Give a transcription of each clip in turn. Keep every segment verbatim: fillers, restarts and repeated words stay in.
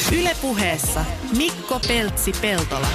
Yle Puheessa Mikko Peltsi-Peltola.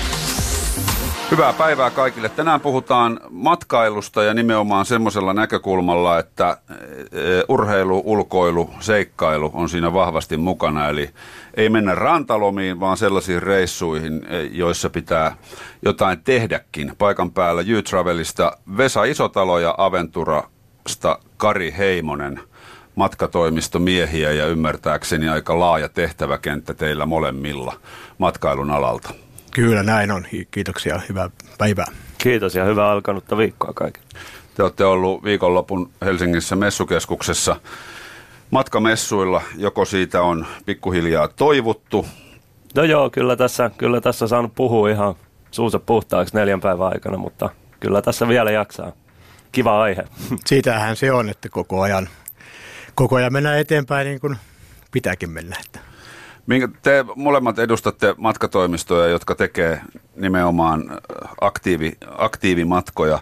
Hyvää päivää kaikille. Tänään puhutaan matkailusta ja nimenomaan semmoisella näkökulmalla, että urheilu, ulkoilu, seikkailu on siinä vahvasti mukana. Eli ei mennä rantalomiin, vaan sellaisiin reissuihin, joissa pitää jotain tehdäkin. Paikan päällä U-Travelista Vesa Isotalo ja Aventurasta Kari Heimonen. Matkatoimistomiehiä ja ymmärtääkseni aika laaja tehtäväkenttä teillä molemmilla matkailun alalta. Kyllä näin on. Kiitoksia. Hyvää päivää. Kiitos ja hyvää alkanutta viikkoa kaikille. Te olette ollut viikonlopun Helsingissä messukeskuksessa matkamessuilla. Joko siitä on pikkuhiljaa toivuttu? No joo, kyllä tässä, kyllä tässä saanut puhua ihan suunsa puhtaaksi neljän päivän aikana, mutta kyllä tässä vielä jaksaa. Kiva aihe. Siitähän se on, että koko ajan, koko ajan mennään eteenpäin niin kuin pitääkin mennä. Minkä te molemmat edustatte matkatoimistoja, jotka tekee nimenomaan aktiivi, aktiivimatkoja.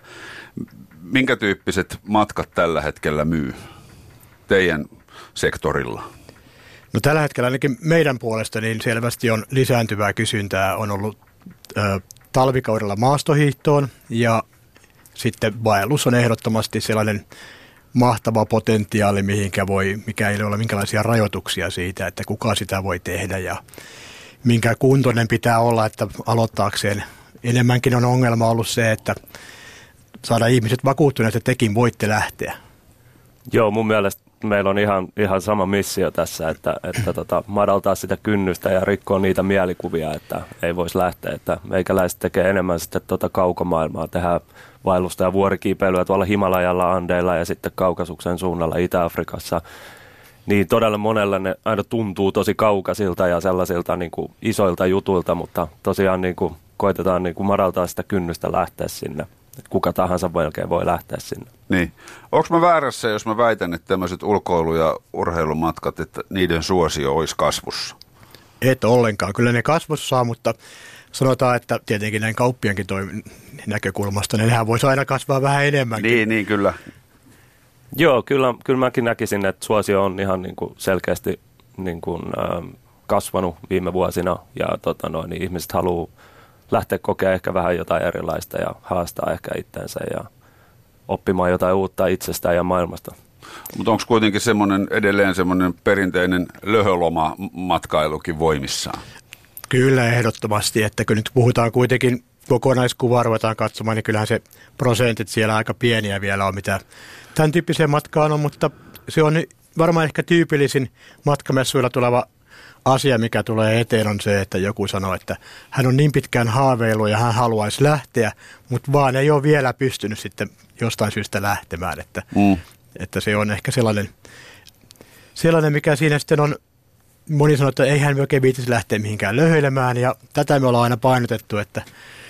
Minkä tyyppiset matkat tällä hetkellä myy teidän sektorilla? No tällä hetkellä ainakin meidän puolesta niin selvästi on lisääntyvää kysyntää. On ollut ö, talvikaudella maastohiihtoon ja sitten vaellus on ehdottomasti sellainen mahtava potentiaali, mihinkä voi, mikä ei ole minkälaisia rajoituksia siitä, että kuka sitä voi tehdä ja minkä kuntoinen pitää olla, että aloittaakseen. Enemmänkin on ongelma ollut se, että saada ihmiset vakuuttuneet, että tekin voitte lähteä. Joo, mun mielestä meillä on ihan, ihan sama missio tässä, että, että tota, madaltaa sitä kynnystä ja rikkoa niitä mielikuvia, että ei voisi lähteä. Että meikäläiset tekee enemmän sitten tota kaukomaailmaa, tehdään vaellusta ja vuorikiipeilyä tuolla Himalajalla, Andeilla ja sitten Kaukasuksen suunnalla Itä-Afrikassa. Niin todella monella ne aina tuntuu tosi kaukaisilta ja sellaisilta niin kuin isoilta jutuilta, mutta tosiaan niin kuin koitetaan niin kuin madaltaa sitä kynnystä lähteä sinne. Kuka tahansa melkein voi lähteä sinne. Niin. Onko mä väärässä, jos mä väitän, että tämmöiset ulkoilu- ja urheilumatkat, että niiden suosio olisi kasvussa? Et ollenkaan. Kyllä ne kasvussa, mutta sanotaan, että tietenkin näin kauppiankin toim- näkökulmasta, niin nehän voisi aina kasvaa vähän enemmänkin. Niin, niin kyllä. Joo, kyllä, kyllä mäkin näkisin, että suosio on ihan niin kuin selkeästi niin kuin, äh, kasvanut viime vuosina ja tota noin, niin ihmiset haluaa lähteä kokemaan ehkä vähän jotain erilaista ja haastaa ehkä itsensä ja oppimaan jotain uutta itsestään ja maailmasta. Mutta onko kuitenkin semmoinen edelleen semmoinen perinteinen löhöloma-matkailukin voimissaan? Kyllä ehdottomasti, että kun nyt puhutaan kuitenkin kokonaiskuvaa ruvetaan katsomaan, niin kyllähän se prosentit siellä aika pieniä vielä on, mitä tämän tyyppiseen matkaan on, mutta se on varmaan ehkä tyypillisin matkamessuilla tuleva asia, mikä tulee eteen, on se, että joku sanoo, että hän on niin pitkään haaveillut ja hän haluaisi lähteä, mutta vaan ei ole vielä pystynyt sitten jostain syystä lähtemään, että, mm. että se on ehkä sellainen, sellainen, mikä siinä sitten on. Moni sanoo, että eihän me oikein viitisi lähteä mihinkään löhöilemään, ja tätä me ollaan aina painotettu, että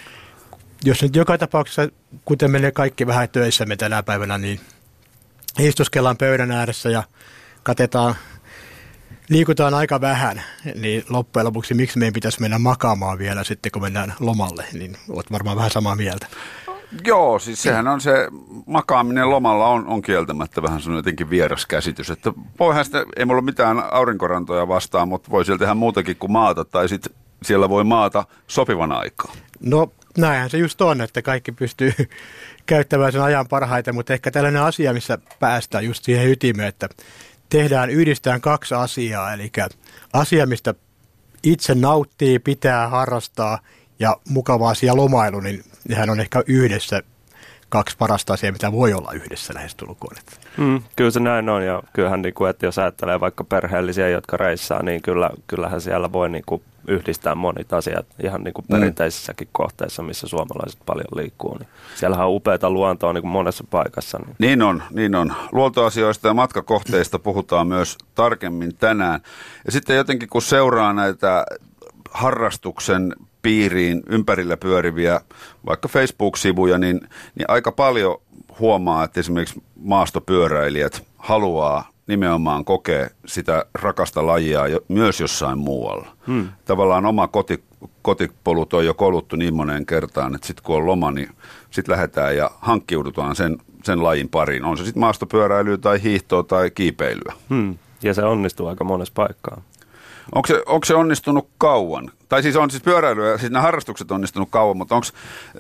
jos nyt joka tapauksessa, kuten menee kaikki vähän töissämme tänä päivänä, niin istuskellaan pöydän ääressä ja katetaan, liikutaan aika vähän, niin loppujen lopuksi miksi meidän pitäisi mennä makaamaan vielä sitten, kun mennään lomalle, niin olet varmaan vähän samaa mieltä. Joo, siis sehän on se, makaaminen lomalla on, on kieltämättä vähän sellainen jotenkin vieras käsitys, että voihan sitä, ei mulla ole mitään aurinkorantoja vastaan, mutta voi siellä tehdä muutakin kuin maata, tai sitten siellä voi maata sopivan aikaa. No näinhän se just on, että kaikki pystyy käyttämään sen ajan parhaiten, mutta ehkä tällainen asia, missä päästään just siihen ytimeen, että tehdään, yhdistetään kaksi asiaa, eli asia, mistä itse nauttii, pitää harrastaa ja mukava asia lomailu, niin nehän on ehkä yhdessä kaksi parasta asiaa, mitä voi olla yhdessä lähestulkoon. Mm, kyllä se näin on, ja kyllähän niin kuin, että jos ajattelee vaikka perheellisiä, jotka reissaa, niin kyllä, kyllähän siellä voi niin kuin yhdistää monit asiat ihan niin kuin perinteisissäkin mm. kohteissa, missä suomalaiset paljon liikkuu. Niin siellähän on upeata luontoa niin kuin monessa paikassa. Niin. niin on, niin on. Luontoasioista ja matkakohteista puhutaan myös tarkemmin tänään. Ja sitten jotenkin kun seuraa näitä harrastuksen piiriin ympärillä pyöriviä vaikka Facebook-sivuja, niin, niin aika paljon huomaa, että esimerkiksi maastopyöräilijät haluaa nimenomaan kokea sitä rakasta lajia jo, myös jossain muualla. Hmm. Tavallaan oma koti, kotipolut on jo koluttu niin moneen kertaan, että sitten kun on loma, niin sitten lähdetään ja hankkiudutaan sen, sen lajin pariin. On se sitten maastopyöräilyä tai hiihtoa tai kiipeilyä. Hmm. Ja se onnistuu aika monessa paikkaa. Onko se, onko se onnistunut kauan? Tai siis on siis pyöräily ja siis nämä harrastukset onnistunut kauan, mutta onko,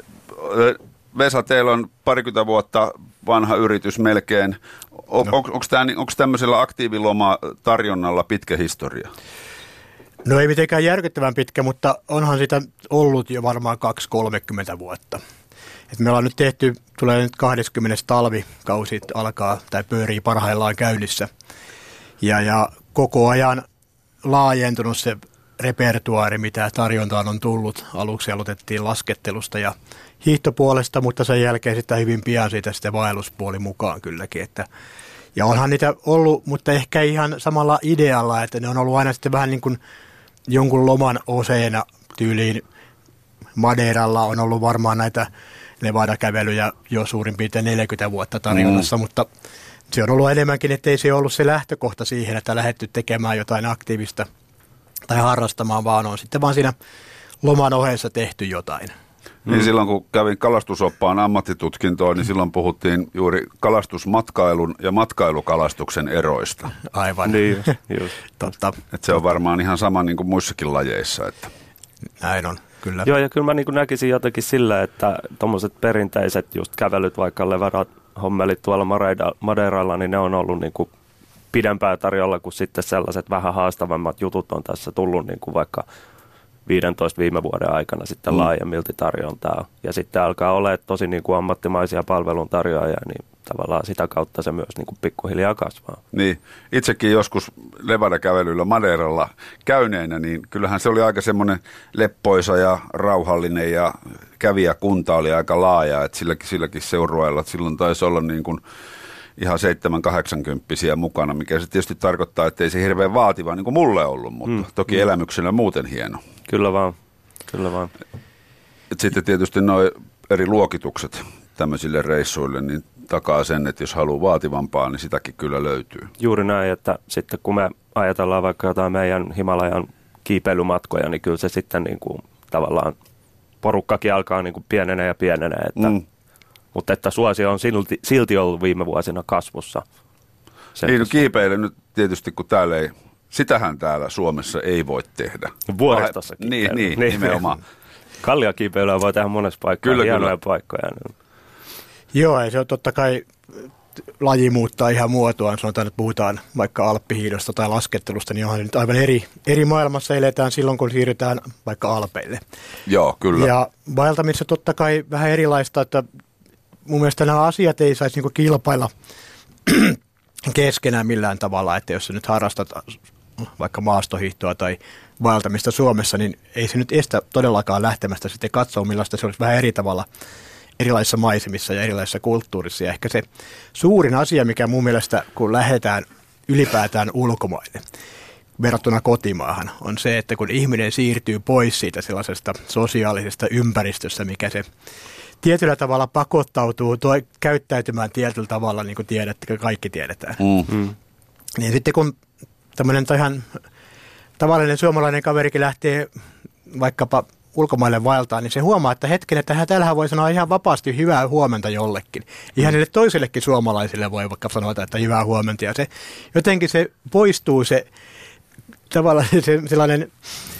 Vesa, teillä on parikymmentä vuotta vanha yritys melkein. On, no. Onko tämmöisellä aktiivilomatarjonnalla pitkä historia? No ei mitenkään järkyttävän pitkä, mutta onhan sitä ollut jo varmaan kaksi kolmekymmentä vuotta. Et me ollaan nyt tehty, tulee nyt kaksikymmentä talvikausi alkaa tai pyörii parhaillaan käynnissä. Ja, ja koko ajan laajentunut se repertuaari, mitä tarjontaan on tullut. Aluksi aloitettiin laskettelusta ja hiihtopuolesta, mutta sen jälkeen sitten hyvin pian siitä sitten vaelluspuoli mukaan kylläkin. Että, ja onhan niitä ollut, mutta ehkä ihan samalla idealla, että ne on ollut aina sitten vähän niin kuin jonkun loman oseena tyyliin. Madeiralla on ollut varmaan näitä Nevada-kävelyjä jo suurin piirtein neljäkymmentä vuotta tarjonnassa, mm. mutta se on ollut enemmänkin, ettei se ollut se lähtökohta siihen, että lähdetty tekemään jotain aktiivista tai harrastamaan, vaan on sitten vaan siinä loman ohessa tehty jotain. Niin mm. silloin kun kävin kalastusoppaan ammattitutkintoon, niin silloin puhuttiin juuri kalastusmatkailun ja matkailukalastuksen eroista. Aivan. Niin, just. Totta. Et se on varmaan ihan sama niin kuin muissakin lajeissa. Että. Näin on, kyllä. Joo, ja kyllä mä niin kuin näkisin jotenkin sillä, että tuommoiset perinteiset just kävelyt, vaikka levarat hommelit tuolla Madeiralla, niin ne on ollut niin kuin pidempään tarjolla, kuin sitten sellaiset vähän haastavammat jutut on tässä tullut niin kuin vaikka viidentoista viime vuoden aikana sitten mm. laajemmilti tarjontaa. Ja sitten alkaa olla tosi niin kuin ammattimaisia palveluntarjoajia, niin tavallaan sitä kautta se myös niin kuin pikkuhiljaa kasvaa. Niin, itsekin joskus Levada-kävelyllä Madeiralla käyneenä, niin kyllähän se oli aika semmoinen leppoisa ja rauhallinen ja kävijäkunta oli aika laaja, että silläkin, silläkin seurueella, että silloin taisi olla niin kuin ihan seitsemän kahdeksankymppisiä mukana, mikä se tietysti tarkoittaa, että ei se hirveän vaativa niin kuin mulle ollut, mutta mm. toki mm. elämyksenä muuten hieno. Kyllä vaan, kyllä vaan. Et sitten tietysti nuo eri luokitukset tämmöisille reissuille, niin takaa sen, että jos haluaa vaativampaa, niin sitäkin kyllä löytyy. Juuri näin, että sitten kun me ajatellaan vaikka jotain meidän Himalajan kiipeilymatkoja, niin kyllä se sitten niin kuin tavallaan porukkakin alkaa niin kuin pienenee ja pienenee, että mm. mutta että suosio on silti, silti ollut viime vuosina kasvussa. Niin, no kiipeily nyt tietysti, kun täällä ei, sitähän täällä Suomessa ei voi tehdä. Vuoristossa kiipeily. Niin, niin, nimenomaan. Kalliakiipeilyä voi tehdä monessa paikkaa, kyllä, hienoja kyllä. paikkoja. Joo, ja se on totta kai, laji muuttaa ihan muotoaan. Sanotaan, että puhutaan vaikka alppihiidosta tai laskettelusta, niin onhan nyt aivan eri, eri maailmassa eletään silloin, kun siirrytään vaikka alpeille. Joo, kyllä. Ja vaeltamissa totta kai vähän erilaista, että mun mielestä nämä asiat ei saisi niinku kilpailla keskenään millään tavalla, että jos sä nyt harrastat vaikka maastohiihtoa tai vaeltamista Suomessa, niin ei se nyt estä todellakaan lähtemästä sitten katsoa, millaista se olisi vähän eri tavalla erilaisissa maisemissa ja erilaisissa kulttuurissa. Ja ehkä se suurin asia, mikä mun mielestä, kun lähdetään ylipäätään ulkomaille verrattuna kotimaahan, on se, että kun ihminen siirtyy pois siitä sellaisesta sosiaalisesta ympäristöstä, mikä se tietyllä tavalla pakottautuu toi, käyttäytymään tietyllä tavalla, niin kuin tiedätte, kaikki tiedetään. Mm. Niin sitten kun tämmöinen ihan tavallinen suomalainen kaverikin lähtee vaikkapa ulkomaille vaeltaan, niin se huomaa, että hetken, että täällähän voi sanoa ihan vapaasti hyvää huomenta jollekin. Ihan niille toisellekin suomalaisille voi vaikka sanoa, että hyvää huomenta. Ja se, jotenkin se poistuu se tavallaan se sellainen.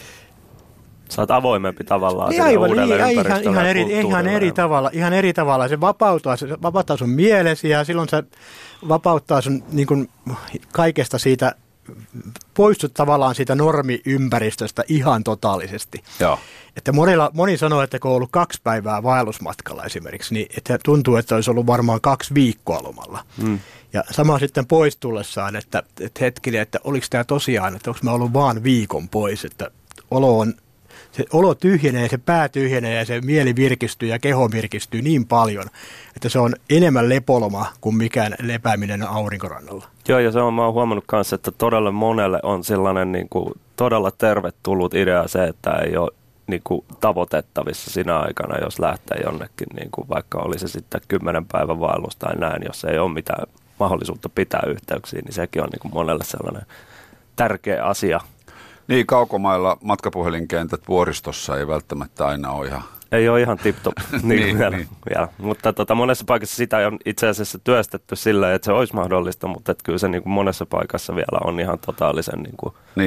Sä oot avoimempi tavallaan niin aivan, uudelle niin, ihan, ihan, eri, ihan, eri tavalla, ihan eri tavalla. Se vapauttaa, se vapauttaa sun mielesi ja silloin se vapauttaa sun niin kuin kaikesta siitä, poistut tavallaan siitä normiympäristöstä ihan totaalisesti. Joo. Että monilla, moni sanoo, että kun on ollut kaksi päivää vaellusmatkalla esimerkiksi, niin että tuntuu, että olisi ollut varmaan kaksi viikkoa lomalla. Mm. Ja sama sitten pois tullessaan, että, että hetkinen, että oliko tämä tosiaan, että onko mä ollut vaan viikon pois, että olo on, se olo tyhjenee, se pää tyhjenee ja se mieli virkistyy ja keho virkistyy niin paljon, että se on enemmän lepoloma kuin mikään lepääminen aurinkorannalla. Joo, ja se on, mä oon huomannut kanssa, että todella monelle on sellainen niin kuin, todella tervetullut idea se, että ei ole niin kuin, tavoitettavissa sinä aikana, jos lähtee jonnekin, niin kuin, vaikka oli se sitten kymmenen päivän vaellus tai näin, jos ei ole mitään mahdollisuutta pitää yhteyksiä, niin sekin on niin kuin, monelle sellainen tärkeä asia. Niin, kaukomailla matkapuhelinkentät vuoristossa ei välttämättä aina ole ihan. Ei ole ihan tip-top niin niin, vielä, niin. vielä. Mutta tota, monessa paikassa sitä on itse asiassa työstetty sillä, että se olisi mahdollista, mutta että kyllä se niin kuin monessa paikassa vielä on ihan totaalisen niin kuin niin.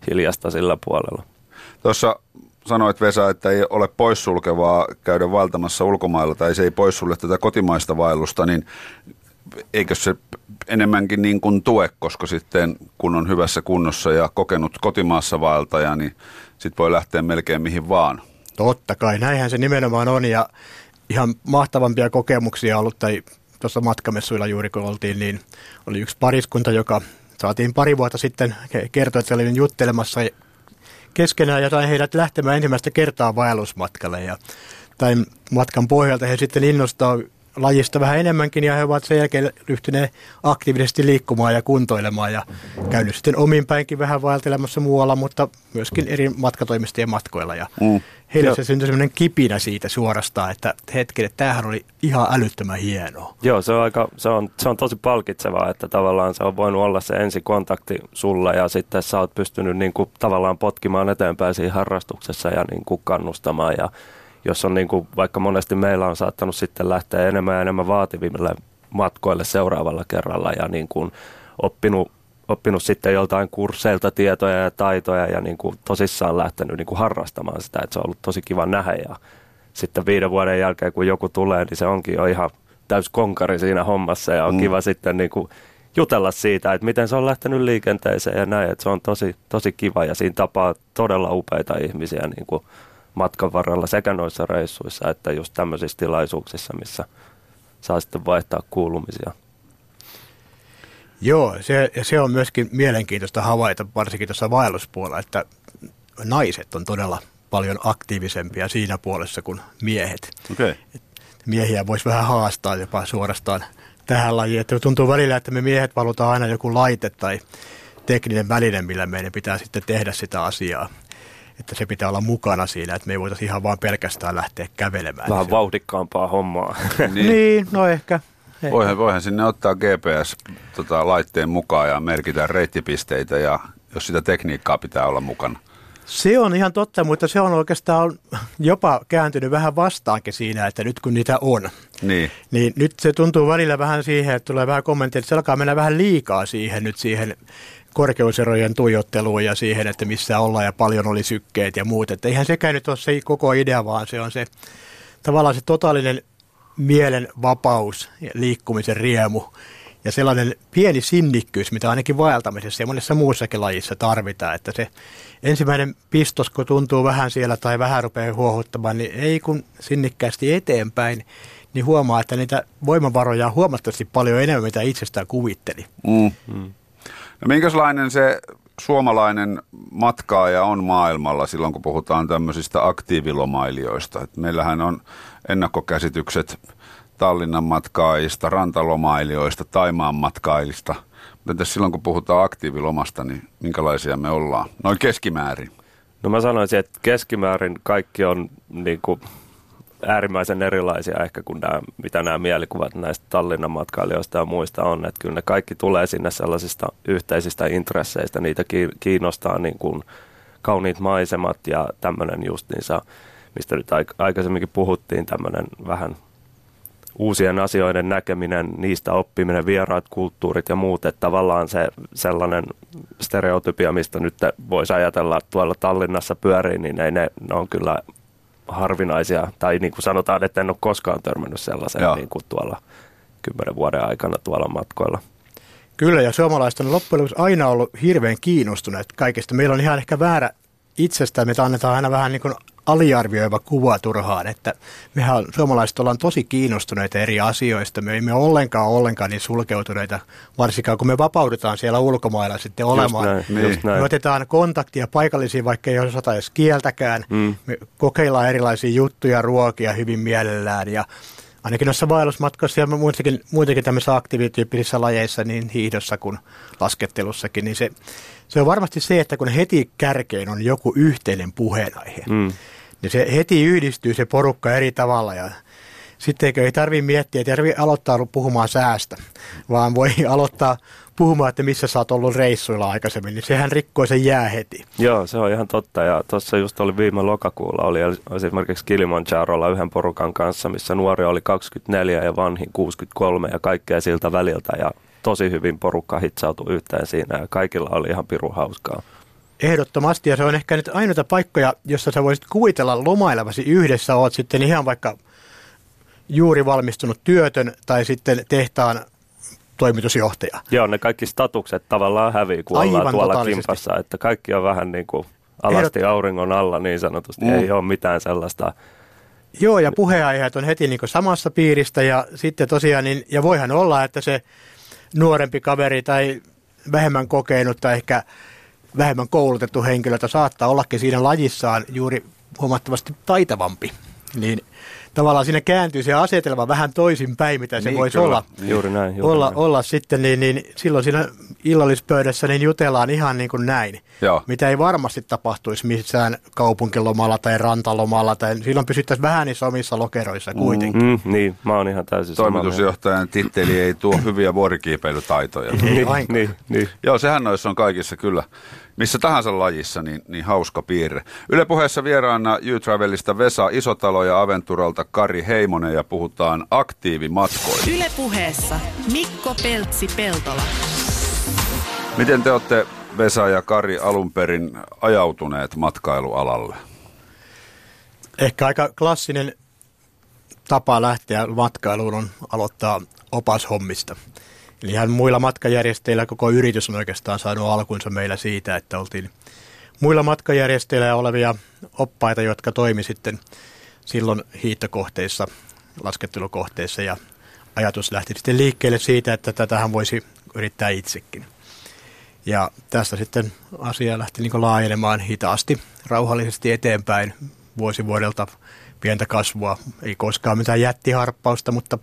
hiljasta sillä puolella. Tuossa sanoit, Vesa, että ei ole poissulkevaa käydä vaeltamassa ulkomailla tai se ei poissulje tätä kotimaista vaellusta, niin eikö se enemmänkin niin kuin tue, koska sitten kun on hyvässä kunnossa ja kokenut kotimaassa vaeltaja, niin sitten voi lähteä melkein mihin vaan. Totta kai, näinhän se nimenomaan on ja ihan mahtavampia kokemuksia ollut, tai tuossa matkamessuilla juuri kun oltiin, niin oli yksi pariskunta, joka saatiin pari vuotta sitten kertoa, että se oli juttelemassa keskenään ja sai heidät lähtemään ensimmäistä kertaa vaellusmatkalle ja tai matkan pohjalta he sitten innostaa lajista vähän enemmänkin ja he ovat sen jälkeen ryhtyneet aktiivisesti liikkumaan ja kuntoilemaan ja käynyt sitten omin päinkin vähän vaeltelemassa muualla, mutta myöskin eri matkatoimistojen matkoilla ja mm. heille Joo. se syntyi sellainen kipinä siitä suorastaan, että hetken, että tämähän oli ihan älyttömän hienoa. Joo, se on, aika, se on, se on tosi palkitsevaa, että tavallaan se on voinut olla se ensikontakti sulla ja sitten sä oot pystynyt niin kuin, tavallaan potkimaan eteenpäin siinä harrastuksessa ja niin kuin, kannustamaan ja jos on niin kuin, vaikka monesti meillä on saattanut sitten lähteä enemmän ja enemmän vaativimmille matkoille seuraavalla kerralla ja niin kuin oppinut, oppinut sitten joltain kursseilta tietoja ja taitoja ja niin kuin tosissaan lähtenyt niin kuin harrastamaan sitä, että se on ollut tosi kiva nähdä ja sitten viiden vuoden jälkeen kun joku tulee, niin se onkin jo ihan täys konkari siinä hommassa ja on mm. kiva sitten niin kuin jutella siitä, että miten se on lähtenyt liikenteeseen ja näin, että se on tosi, tosi kiva ja siinä tapaa todella upeita ihmisiä niin kuin matkan varrella sekä noissa reissuissa että just tämmöisissä tilaisuuksissa, missä saa sitten vaihtaa kuulumisia. Joo, se, se on myöskin mielenkiintoista havaita, varsinkin tuossa vaelluspuolella, että naiset on todella paljon aktiivisempia siinä puolessa kuin miehet. Okay. Miehiä voisi vähän haastaa jopa suorastaan tähän lajiin, että tuntuu välillä, että me miehet valutaan aina joku laite tai tekninen väline, millä meidän pitää sitten tehdä sitä asiaa. Että se pitää olla mukana siinä, että me ei voitaisiin ihan vaan pelkästään lähteä kävelemään. Vähän vauhdikkaampaa hommaa. niin. niin, no ehkä. ehkä. Voihan, voihan sinne ottaa G P S-laitteen tota, mukaan ja merkitään reittipisteitä ja jos sitä tekniikkaa pitää olla mukana. Se on ihan totta, mutta se on oikeastaan jopa kääntynyt vähän vastaankin siinä, että nyt kun niitä on, niin, niin nyt se tuntuu välillä vähän siihen, että tulee vähän kommentteja, että se alkaa mennä vähän liikaa siihen nyt siihen korkeuserojen tuijotteluun ja siihen, että missä ollaan ja paljon oli sykkeet ja muut. Että eihän sekään nyt ole se koko idea, vaan se on se tavallaan se totaalinen mielen vapaus ja liikkumisen riemu ja sellainen pieni sinnikkyys, mitä ainakin vaeltamisessa ja monessa muussakin lajissa tarvitaan, että se ensimmäinen pistos, kun tuntuu vähän siellä tai vähän rupeaa huohuttamaan, niin ei kun sinnikkäästi eteenpäin, niin huomaa, että niitä voimavaroja on huomattavasti paljon enemmän, mitä itsestään kuvitteli. Mm. Mm. No minkälainen se suomalainen matkaaja on maailmalla silloin, kun puhutaan tämmöisistä aktiivilomailijoista? Et meillähän on ennakkokäsitykset Tallinnan matkaajista, rantalomailijoista, Thaimaan matkaajista. Mutta entäs silloin, kun puhutaan aktiivilomasta, niin minkälaisia me ollaan? Noin keskimäärin. No mä sanoisin, että keskimäärin kaikki on niin kuin äärimmäisen erilaisia ehkä kuin nämä, mitä nämä mielikuvat näistä Tallinnan matkailijoista ja muista on. Että kyllä ne kaikki tulee sinne sellaisista yhteisistä intresseistä. Niitä kiinnostaa niin kuin kauniit maisemat ja tämmöinen justiinsa, mistä nyt aikaisemminkin puhuttiin, tämmöinen vähän uusien asioiden näkeminen, niistä oppiminen, vieraat kulttuurit ja muut, että tavallaan se sellainen stereotypia, mistä nyt voisi ajatella, että tuolla Tallinnassa pyörii, niin ei ne, ne on kyllä harvinaisia, tai niin kuin sanotaan, että en ole koskaan törmännyt sellaiseen niin kuin tuolla kymmenen vuoden aikana tuolla matkoilla. Kyllä, ja suomalaiset on loppujen lopuksi aina ollut hirveän kiinnostuneet kaikesta. Meillä on ihan ehkä väärä itsestään, me annetaan aina vähän niin kuin aliarvioiva kuva turhaan, että mehän on, suomalaiset ollaan tosi kiinnostuneita eri asioista. Me emme ollenkaan ollenkaan niin sulkeutuneita, varsinkaan kun me vapaudutaan siellä ulkomailla sitten olemaan. Just näin, just näin. Me otetaan kontaktia paikallisiin, vaikka ei osata edes kieltäkään. Mm. Me kokeillaan erilaisia juttuja, ruokia hyvin mielellään ja ainakin noissa vaellusmatkoissa ja muitakin, muitakin tämmöisissä aktiivityyppisissä lajeissa, niin hiihdossa kuin laskettelussakin, niin se, se on varmasti se, että kun heti kärkeen on joku yhteinen puheenaihe, mm. niin se heti yhdistyy se porukka eri tavalla ja sitten ei tarvitse miettiä, ei tarvitse aloittaa puhumaan säästä, vaan voi aloittaa puhumaan, että missä sä oot ollut reissuilla aikaisemmin, niin sehän rikkoo sen jää heti. Joo, se on ihan totta. Ja tuossa just oli viime lokakuulla, oli esimerkiksi Kilimanjarolla yhden porukan kanssa, missä nuori oli kaksikymmentäneljä ja vanhin kuusikymmentäkolme ja kaikkea siltä väliltä. Ja tosi hyvin porukka hitsautui yhteen siinä ja kaikilla oli ihan pirun hauskaa. Ehdottomasti, ja se on ehkä nyt ainoita paikkoja, jossa sä voisit kuvitella lomailevasi yhdessä, oot sitten ihan vaikka juuri valmistunut työtön tai sitten tehtaan toimitusjohtaja. Joo, ne kaikki statukset tavallaan hävii, kun Aivan ollaan tuolla totaalisesti. kimpassa, että kaikki on vähän niin kuin alasti Ehdot... auringon alla niin sanotusti, Mm. ei ole mitään sellaista. Joo, ja puheenaiheet on heti niin kuin samassa piiristä, ja sitten tosiaan, niin, ja voihan olla, että se nuorempi kaveri tai vähemmän kokenut tai ehkä vähemmän koulutettu henkilö, jota saattaa ollakin siinä lajissaan juuri huomattavasti taitavampi, niin tavallaan siinä kääntyy se asetelma vähän toisinpäin, mitä se Niin, voisi kyllä. olla, Niin. Juuri näin. Juuri olla, näin. olla sitten, niin, niin silloin siinä illallispöydässä niin jutellaan ihan niin kuin näin, Joo. mitä ei varmasti tapahtuisi missään kaupunkilomalla tai rantalomalla, tai silloin pysyttäisiin vähän niissä omissa lokeroissa kuitenkin. Mm, niin, mä oon ihan täysin samaa mieltä. Toimitusjohtajan titteli ei tuo hyviä vuorikiipeilytaitoja. Ei Niin, lainkaan. niin, niin. Joo, sehän noissa on kaikissa kyllä. Missä tahansa lajissa, niin, niin hauska piirre. Yle Puheessa vieraana U-Travelista Vesa Isotalo ja Aventuralta Kari Heimonen ja puhutaan aktiivimatkoista. Yle Puheessa Mikko Peltsi-Peltola. Miten te olette, Vesa ja Kari, alun perin ajautuneet matkailualalle? Ehkä aika klassinen tapa lähteä matkailuun on aloittaa opashommista. Eli ihan muilla matkajärjestäjillä koko yritys on oikeastaan saanut alkunsa meillä siitä, että oltiin muilla matkajärjestäjillä olevia oppaita, jotka toimi sitten silloin hiihtokohteissa, laskettelukohteissa, ja ajatus lähti sitten liikkeelle siitä, että tätähän voisi yrittää itsekin. Ja tästä sitten asia lähti niin kuin laajenemaan hitaasti, rauhallisesti eteenpäin vuosi vuodelta, pientä kasvua, ei koskaan mitään jättiharppausta, mutta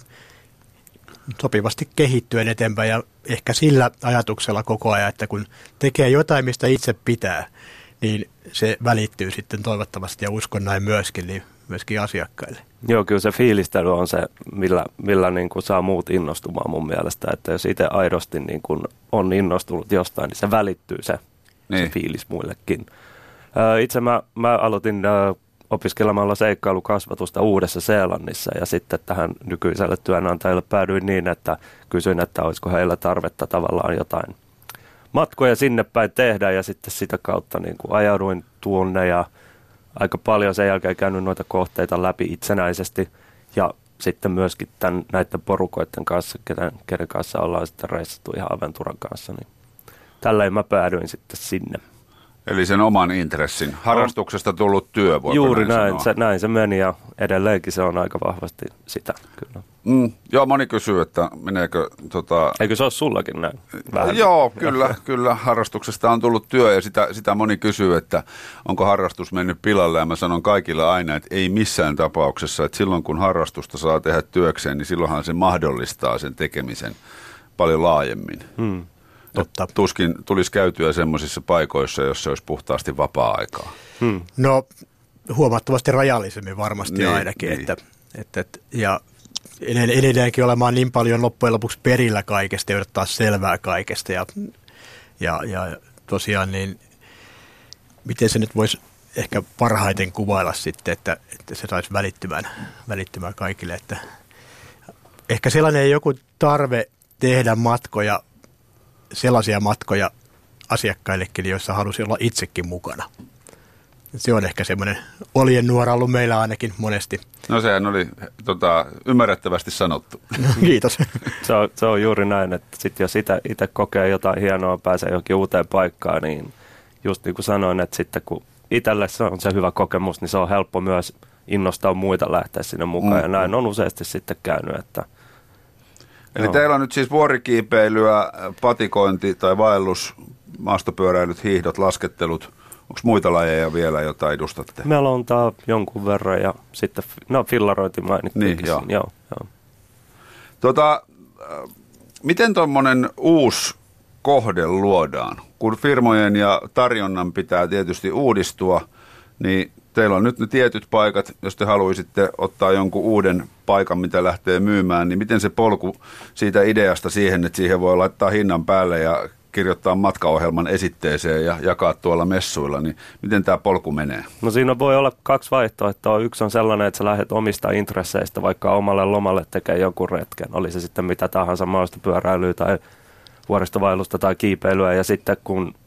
sopivasti kehittyen eteenpäin ja ehkä sillä ajatuksella koko ajan, että kun tekee jotain, mistä itse pitää, niin se välittyy sitten toivottavasti ja uskon näin myöskin, niin myöskin asiakkaille. Joo, kyllä se fiilistely on se, millä, millä niin kuin saa muut innostumaan mun mielestä, että jos itse aidosti niin kuin on innostunut jostain, niin se välittyy se, Niin. se fiilis muillekin. Itse mä, mä aloitin opiskelemalla seikkailukasvatusta Uudessa-Seelannissa ja sitten tähän nykyiselle työnantajalle päädyin niin, että kysyin, että olisiko heillä tarvetta tavallaan jotain matkoja sinne päin tehdä ja sitten sitä kautta niin kuin ajauduin tuonne ja aika paljon sen jälkeen käynyt noita kohteita läpi itsenäisesti ja sitten myöskin tämän, näiden porukoiden kanssa, kenen, kenen kanssa ollaan sitten reissattu ihan Aventuran kanssa, niin tälleen mä päädyin sitten sinne. Eli sen oman intressin. Harrastuksesta tullut työ, voiko Juuri näin näin, sanoa? se, näin se meni ja edelleenkin se on aika vahvasti sitä kyllä. Mm, joo, moni kysyy, että meneekö tota... Eikö se ole sullakin näin? Vähän? Joo, kyllä, kyllä. Harrastuksesta on tullut työ ja sitä, sitä moni kysyy, että onko harrastus mennyt pilalle. Ja mä sanon kaikille aina, että ei missään tapauksessa, että silloin kun harrastusta saa tehdä työkseen, niin silloinhan se mahdollistaa sen tekemisen paljon laajemmin. Hmm. Totta. Tuskin tulisi käytyä semmoisissa paikoissa, jossa olisi puhtaasti vapaa-aikaa. Hmm. No huomattavasti rajallisemmin varmasti Niin, ainakin, niin. että, että, että ja edelleenkin olemaan niin paljon loppujen lopuksi perillä kaikesta ja odottaa selvää kaikesta ja, ja, ja tosiaan niin miten se nyt voisi ehkä parhaiten kuvailla sitten, että, että se saisi välittymään, välittymään kaikille, että ehkä sellainen joku tarve tehdä matkoja, sellaisia matkoja asiakkaillekin, joissa halusi olla itsekin mukana. Se on ehkä semmoinen oljen nuora ollut meillä ainakin monesti. No sehän oli tota, ymmärrettävästi sanottu. Kiitos. Se on, se on juuri näin, että sit jos itse kokee jotain hienoa, pääsee johonkin uuteen paikkaan, niin just niin kuin sanoin, että sitten kun itselle se on se hyvä kokemus, niin se on helppo myös innostaa muita lähteä sinne mukaan. Mm. Ja näin on useasti sitten käynyt, että Eli joo. teillä on nyt siis vuorikiipeilyä, patikointi tai vaellus, maastopyöräilyt, hiihdot, laskettelut. Onko muita lajeja vielä, joita edustatte? melontaa jonkun verran ja sitten, no fillarointi mainittiinkin. Niin, joo. siinä, joo, joo. Tota, äh, miten tuommoinen uusi kohde luodaan? Kun firmojen ja tarjonnan pitää tietysti uudistua, niin teillä on nyt ne tietyt paikat, jos te haluaisitte ottaa jonkun uuden paikan, mitä lähtee myymään, niin miten se polku siitä ideasta siihen, että siihen voi laittaa hinnan päälle ja kirjoittaa matkaohjelman esitteeseen ja jakaa tuolla messuilla, niin miten tämä polku menee? No siinä voi olla kaksi vaihtoehtoa. Yksi on sellainen, että sä lähdet omista intresseistä vaikka omalle lomalle tekee jonkun retken. Oli se sitten mitä tahansa maastopyöräilyä tai vuoristovailusta tai kiipeilyä. Ja sitten kun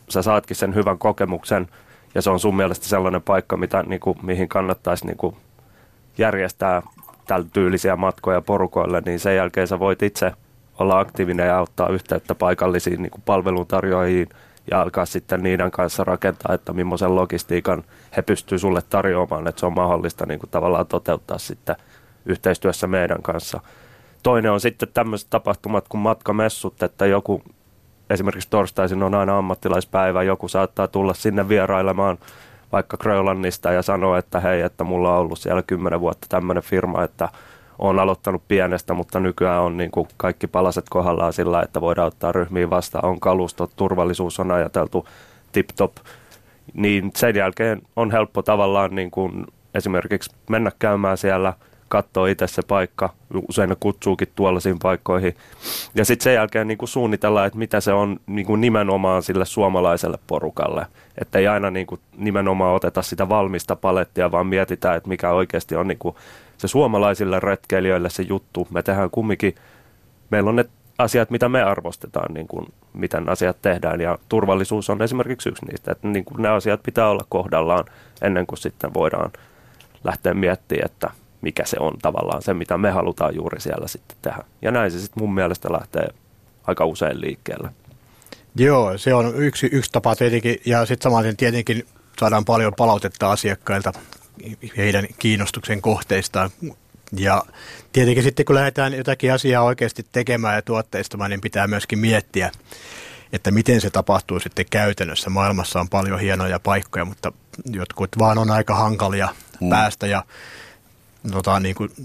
sä saatkin sen hyvän kokemuksen ja se on sun mielestä sellainen paikka, mitä, niin kuin, mihin kannattaisi niin kuin, järjestää tällä tyylisiä matkoja porukoille, niin sen jälkeen sä voit itse olla aktiivinen ja ottaa yhteyttä paikallisiin niin kuin palveluntarjoajiin ja alkaa sitten niiden kanssa rakentaa, että millaisen logistiikan he pystyvät sulle tarjoamaan, että se on mahdollista niin kuin tavallaan toteuttaa sitten yhteistyössä meidän kanssa. Toinen on sitten tämmöiset tapahtumat kuin matkamessut, että joku, esimerkiksi torstaisin on aina ammattilaispäivä, joku saattaa tulla sinne vierailemaan vaikka Grönlannista ja sanoa, että hei, että mulla on ollut siellä kymmenen vuotta tämmöinen firma, että olen aloittanut pienestä, mutta nykyään on niin kuin kaikki palaset kohdallaan sillä, että voidaan ottaa ryhmiin vastaan, on kalustot, turvallisuus on ajateltu tip-top, niin sen jälkeen on helppo tavallaan niin kuin esimerkiksi mennä käymään siellä, katsoa itse se paikka, usein ne kutsuukin tuollaisiin paikkoihin, ja sitten sen jälkeen niin kuin suunnitellaan, että mitä se on niin kuin nimenomaan sille suomalaiselle porukalle, että ei aina niin kuin nimenomaan oteta sitä valmista palettia, vaan mietitään, että mikä oikeasti on niin kuin se suomalaisille retkeilijöille se juttu. Me tehdään kumminkin, meillä on ne asiat, mitä me arvostetaan, niin kuin, miten asiat tehdään, ja turvallisuus on esimerkiksi yksi niistä, että niin kuin ne asiat pitää olla kohdallaan ennen kuin sitten voidaan lähteä miettimään, että mikä se on tavallaan se, mitä me halutaan juuri siellä sitten tehdä. Ja näin se sitten mun mielestä lähtee aika usein liikkeelle. Joo, se on yksi, yksi tapa tietenkin, ja sitten samaten tietenkin saadaan paljon palautetta asiakkailta heidän kiinnostuksen kohteistaan. Ja tietenkin sitten kun lähdetään jotakin asiaa oikeasti tekemään ja tuotteistamaan, niin pitää myöskin miettiä, että miten se tapahtuu sitten käytännössä. Maailmassa on paljon hienoja paikkoja, mutta jotkut vaan on aika hankalia mm. päästä ja tota, niin kuin,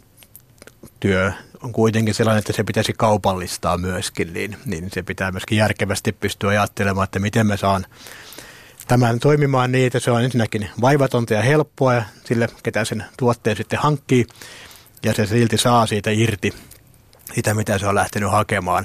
työ on kuitenkin sellainen, että se pitäisi kaupallistaa myöskin, niin, niin se pitää myöskin järkevästi pystyä ajattelemaan, että miten me saan tämän toimimaan niin, että se on ensinnäkin vaivatonta ja helppoa ja sille, ketä sen tuotteen sitten hankkii, ja se silti saa siitä irti sitä, mitä se on lähtenyt hakemaan.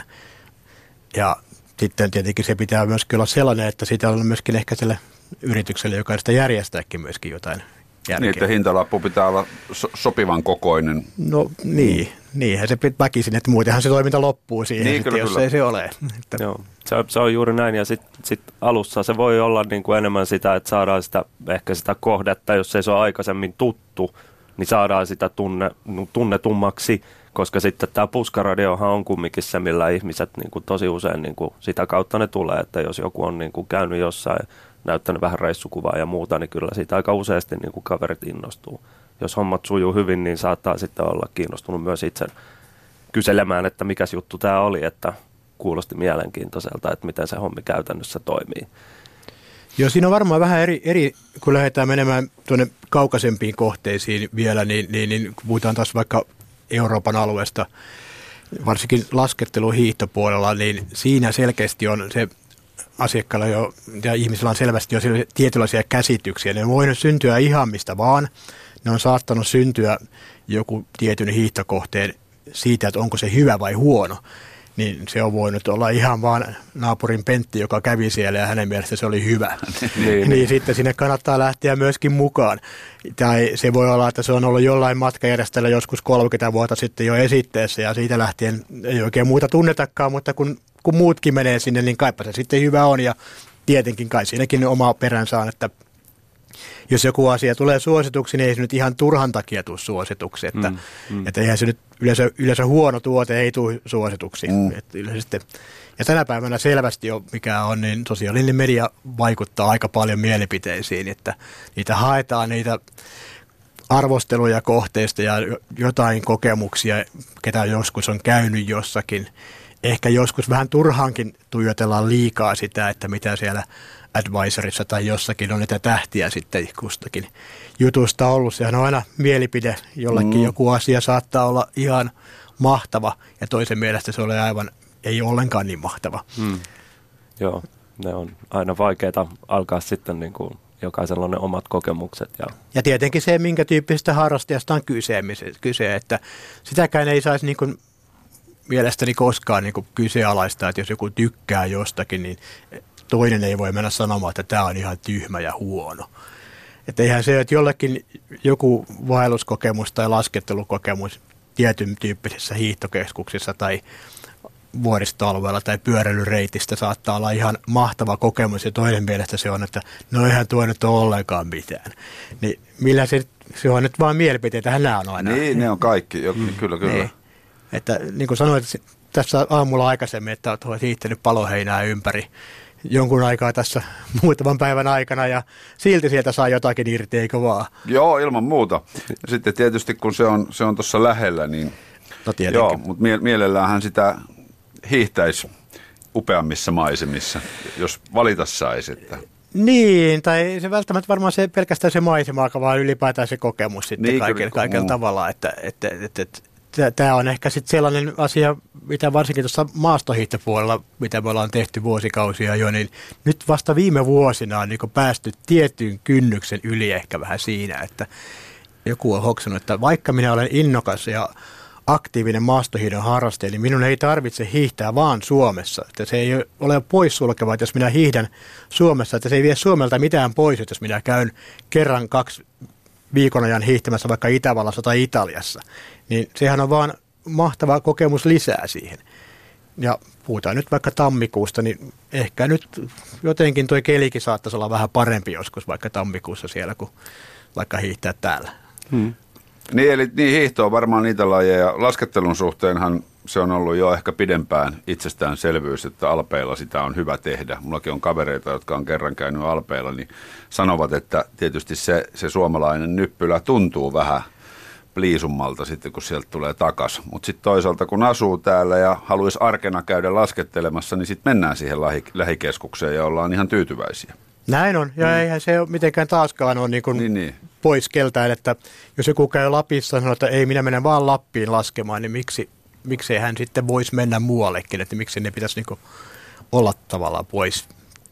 Ja sitten tietenkin se pitää myöskin olla sellainen, että siitä on myöskin ehkä sille yritykselle, joka sitä järjestääkin myöskin jotain järkeä. Niin, että hintalappu pitää olla so- sopivan kokoinen. No niin, niinhän se väkisin, että muutenhan se toiminta loppuu siihen, niin, sitten, kyllä, jos kyllä. ei se ole. Että Joo, se, se on juuri näin, ja sitten sit alussa se voi olla niin kuin enemmän sitä, että saadaan sitä, ehkä sitä kohdetta, jos ei se ole aikaisemmin tuttu, niin saadaan sitä tunne, tunnetummaksi, koska sitten tämä puskaradiohan on kumminkin se, millä ihmiset niin kuin tosi usein niin kuin sitä kautta ne tulee, että jos joku on niin kuin käynyt jossain, näyttänyt vähän reissukuvaa ja muuta, niin kyllä siitä aika useasti niin kuin kaverit innostuu. Jos hommat sujuu hyvin, niin saattaa sitten olla kiinnostunut myös itse kyselemään, että mikäs juttu tämä oli, että kuulosti mielenkiintoiselta, että miten se hommi käytännössä toimii. Joo, siinä on varmaan vähän eri, eri kun lähdetään menemään tuonne kaukaisempiin kohteisiin vielä, niin, niin, niin kun puhutaan taas vaikka Euroopan alueesta, varsinkin lasketteluhiihtopuolella, niin siinä selkeästi on se asiakkailla jo, ja ihmisillä on selvästi jo tietynlaisia käsityksiä. Ne on voinut syntyä ihan mistä vaan. Ne on saattanut syntyä joku tietyn hiihtokohteen siitä, että onko se hyvä vai huono. Niin se on voinut olla ihan vaan naapurin Pentti, joka kävi siellä ja hänen mielestä se oli hyvä. niin, niin sitten sinne kannattaa lähteä myöskin mukaan. Tai se voi olla, että se on ollut jollain matkajärjestäjällä joskus kolmekymmentä vuotta sitten jo esitteessä ja siitä lähtien ei oikein muuta tunnetakaan, mutta kun, kun muutkin menee sinne, niin kaipa se sitten hyvä on ja tietenkin kai siinäkin oma peränsä on, että jos joku asia tulee suosituksi, niin ei se nyt ihan turhan takia tule suosituksi. Että, mm, mm. että eihän se nyt yleensä, yleensä huono tuote ei tule suosituksi. Mm. Sitten, ja tänä päivänä selvästi jo mikä on, niin sosiaalinen media vaikuttaa aika paljon mielipiteisiin, että niitä haetaan, niitä arvosteluja kohteista ja jotain kokemuksia, ketä joskus on käynyt jossakin. Ehkä joskus vähän turhaankin tuijotellaan liikaa sitä, että mitä siellä advisorissa tai jossakin on niitä tähtiä sitten kustakin jutusta ollut. Sehän on aina mielipide, jollekin mm. joku asia saattaa olla ihan mahtava ja toisen mielestä se ole aivan, ei ollenkaan niin mahtava. Mm. Joo, ne on aina vaikeita alkaa sitten niin kuin jokaisella on ne omat kokemukset. Ja, ja tietenkin se, minkä tyyppisestä harrastajasta on kyse, kyse että sitäkään ei saisi niin kuin mielestäni koskaan niin kuin kyseenalaistaa, että jos joku tykkää jostakin, niin toinen ei voi mennä sanomaan, että tämä on ihan tyhmä ja huono. Että eihän se, että jollekin joku vaelluskokemus tai laskettelukokemus tietyn tyyppisessä hiihtokeskuksessa tai vuoristoalueella tai pyöräilyreitistä saattaa olla ihan mahtava kokemus ja toinen mielestä se on, että no eihän tuo nyt ole ollenkaan mitään. Niin millä se, se on nyt vaan mielipiteitä, nämä on aina. Niin, ne on kaikki, jo, mm. kyllä, kyllä. Niin. Että niin kuin sanoit tässä aamulla aikaisemmin, että olet hiihtänyt paloheinää ympäri jonkun aikaa tässä muutaman päivän aikana ja silti sieltä saa jotakin irti, eikö vaan? Joo, ilman muuta. Sitten tietysti kun se on se on tuossa lähellä, niin no joo, mutta mie- mielelläänhän sitä hiihtäisi upeammissa maisemissa, jos valita saisi. Että. Niin, tai se välttämättä varmaan se pelkästään se maisema, vaan ylipäätään se kokemus sitten niin, kaikilla, kaikilla mm. tavalla, että, että, että, että tämä on ehkä sitten sellainen asia, mitä varsinkin tuossa maastohiihtopuolella, mitä me ollaan tehty vuosikausia jo, niin nyt vasta viime vuosina on niin päästy tietyn kynnyksen yli ehkä vähän siinä, että joku on hoksannut, että vaikka minä olen innokas ja aktiivinen maastohiidon harrastaja, niin minun ei tarvitse hiihtää vaan Suomessa. Että se ei ole poissulkeva, että jos minä hiihdän Suomessa, että se ei vie Suomelta mitään pois, että jos minä käyn kerran kaksi viikon ajan hiihtämässä vaikka Itävallassa tai Italiassa, niin sehän on vaan mahtava kokemus lisää siihen. Ja puhutaan nyt vaikka tammikuusta, niin ehkä nyt jotenkin tuo kelikin saattaisi olla vähän parempi joskus vaikka tammikuussa siellä, kuin vaikka hiihtää täällä. Hmm. Niin, eli niin hiihto on varmaan niitä lajeja. Laskettelun suhteenhan se on ollut jo ehkä pidempään itsestäänselvyys, että alpeilla sitä on hyvä tehdä. Mullakin on kavereita, jotka on kerran käynyt alpeilla, niin sanovat, että tietysti se, se suomalainen nyppylä tuntuu vähän pliisummalta sitten, kun sieltä tulee takas. Mutta sitten toisaalta, kun asuu täällä ja haluaisi arkena käydä laskettelemassa, niin sitten mennään siihen lähi- lähikeskukseen ja ollaan ihan tyytyväisiä. Näin on, ja mm. eihän se ole mitenkään taaskaan ole niin kuin niin, niin. pois keltään, että jos joku käy Lapissa ja sanoo, että ei minä menen vaan Lappiin laskemaan, niin miksi, miksei hän sitten voisi mennä muuallekin, että miksi ne pitäisi niin kuin olla tavallaan pois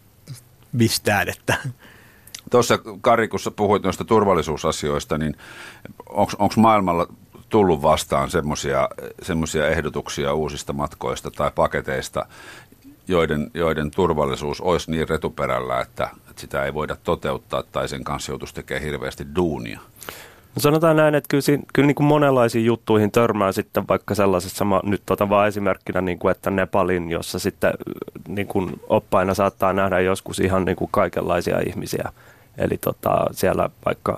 mistään, että... Tuossa Kari, kun sä puhuit noista turvallisuusasioista, niin onko maailmalla tullut vastaan semmoisia ehdotuksia uusista matkoista tai paketeista, joiden, joiden turvallisuus olisi niin retuperällä, että, että sitä ei voida toteuttaa tai sen kanssa joutuisi tekemään hirveästi duunia? No sanotaan näin, että kyllä, siinä, kyllä niin kuin monenlaisiin juttuihin törmää sitten vaikka sellaisessa, nyt otan vaan esimerkkinä, niin kuin, että Nepalin, jossa sitten niin kuin oppaina saattaa nähdä joskus ihan niin kuin kaikenlaisia ihmisiä. Eli tota, siellä vaikka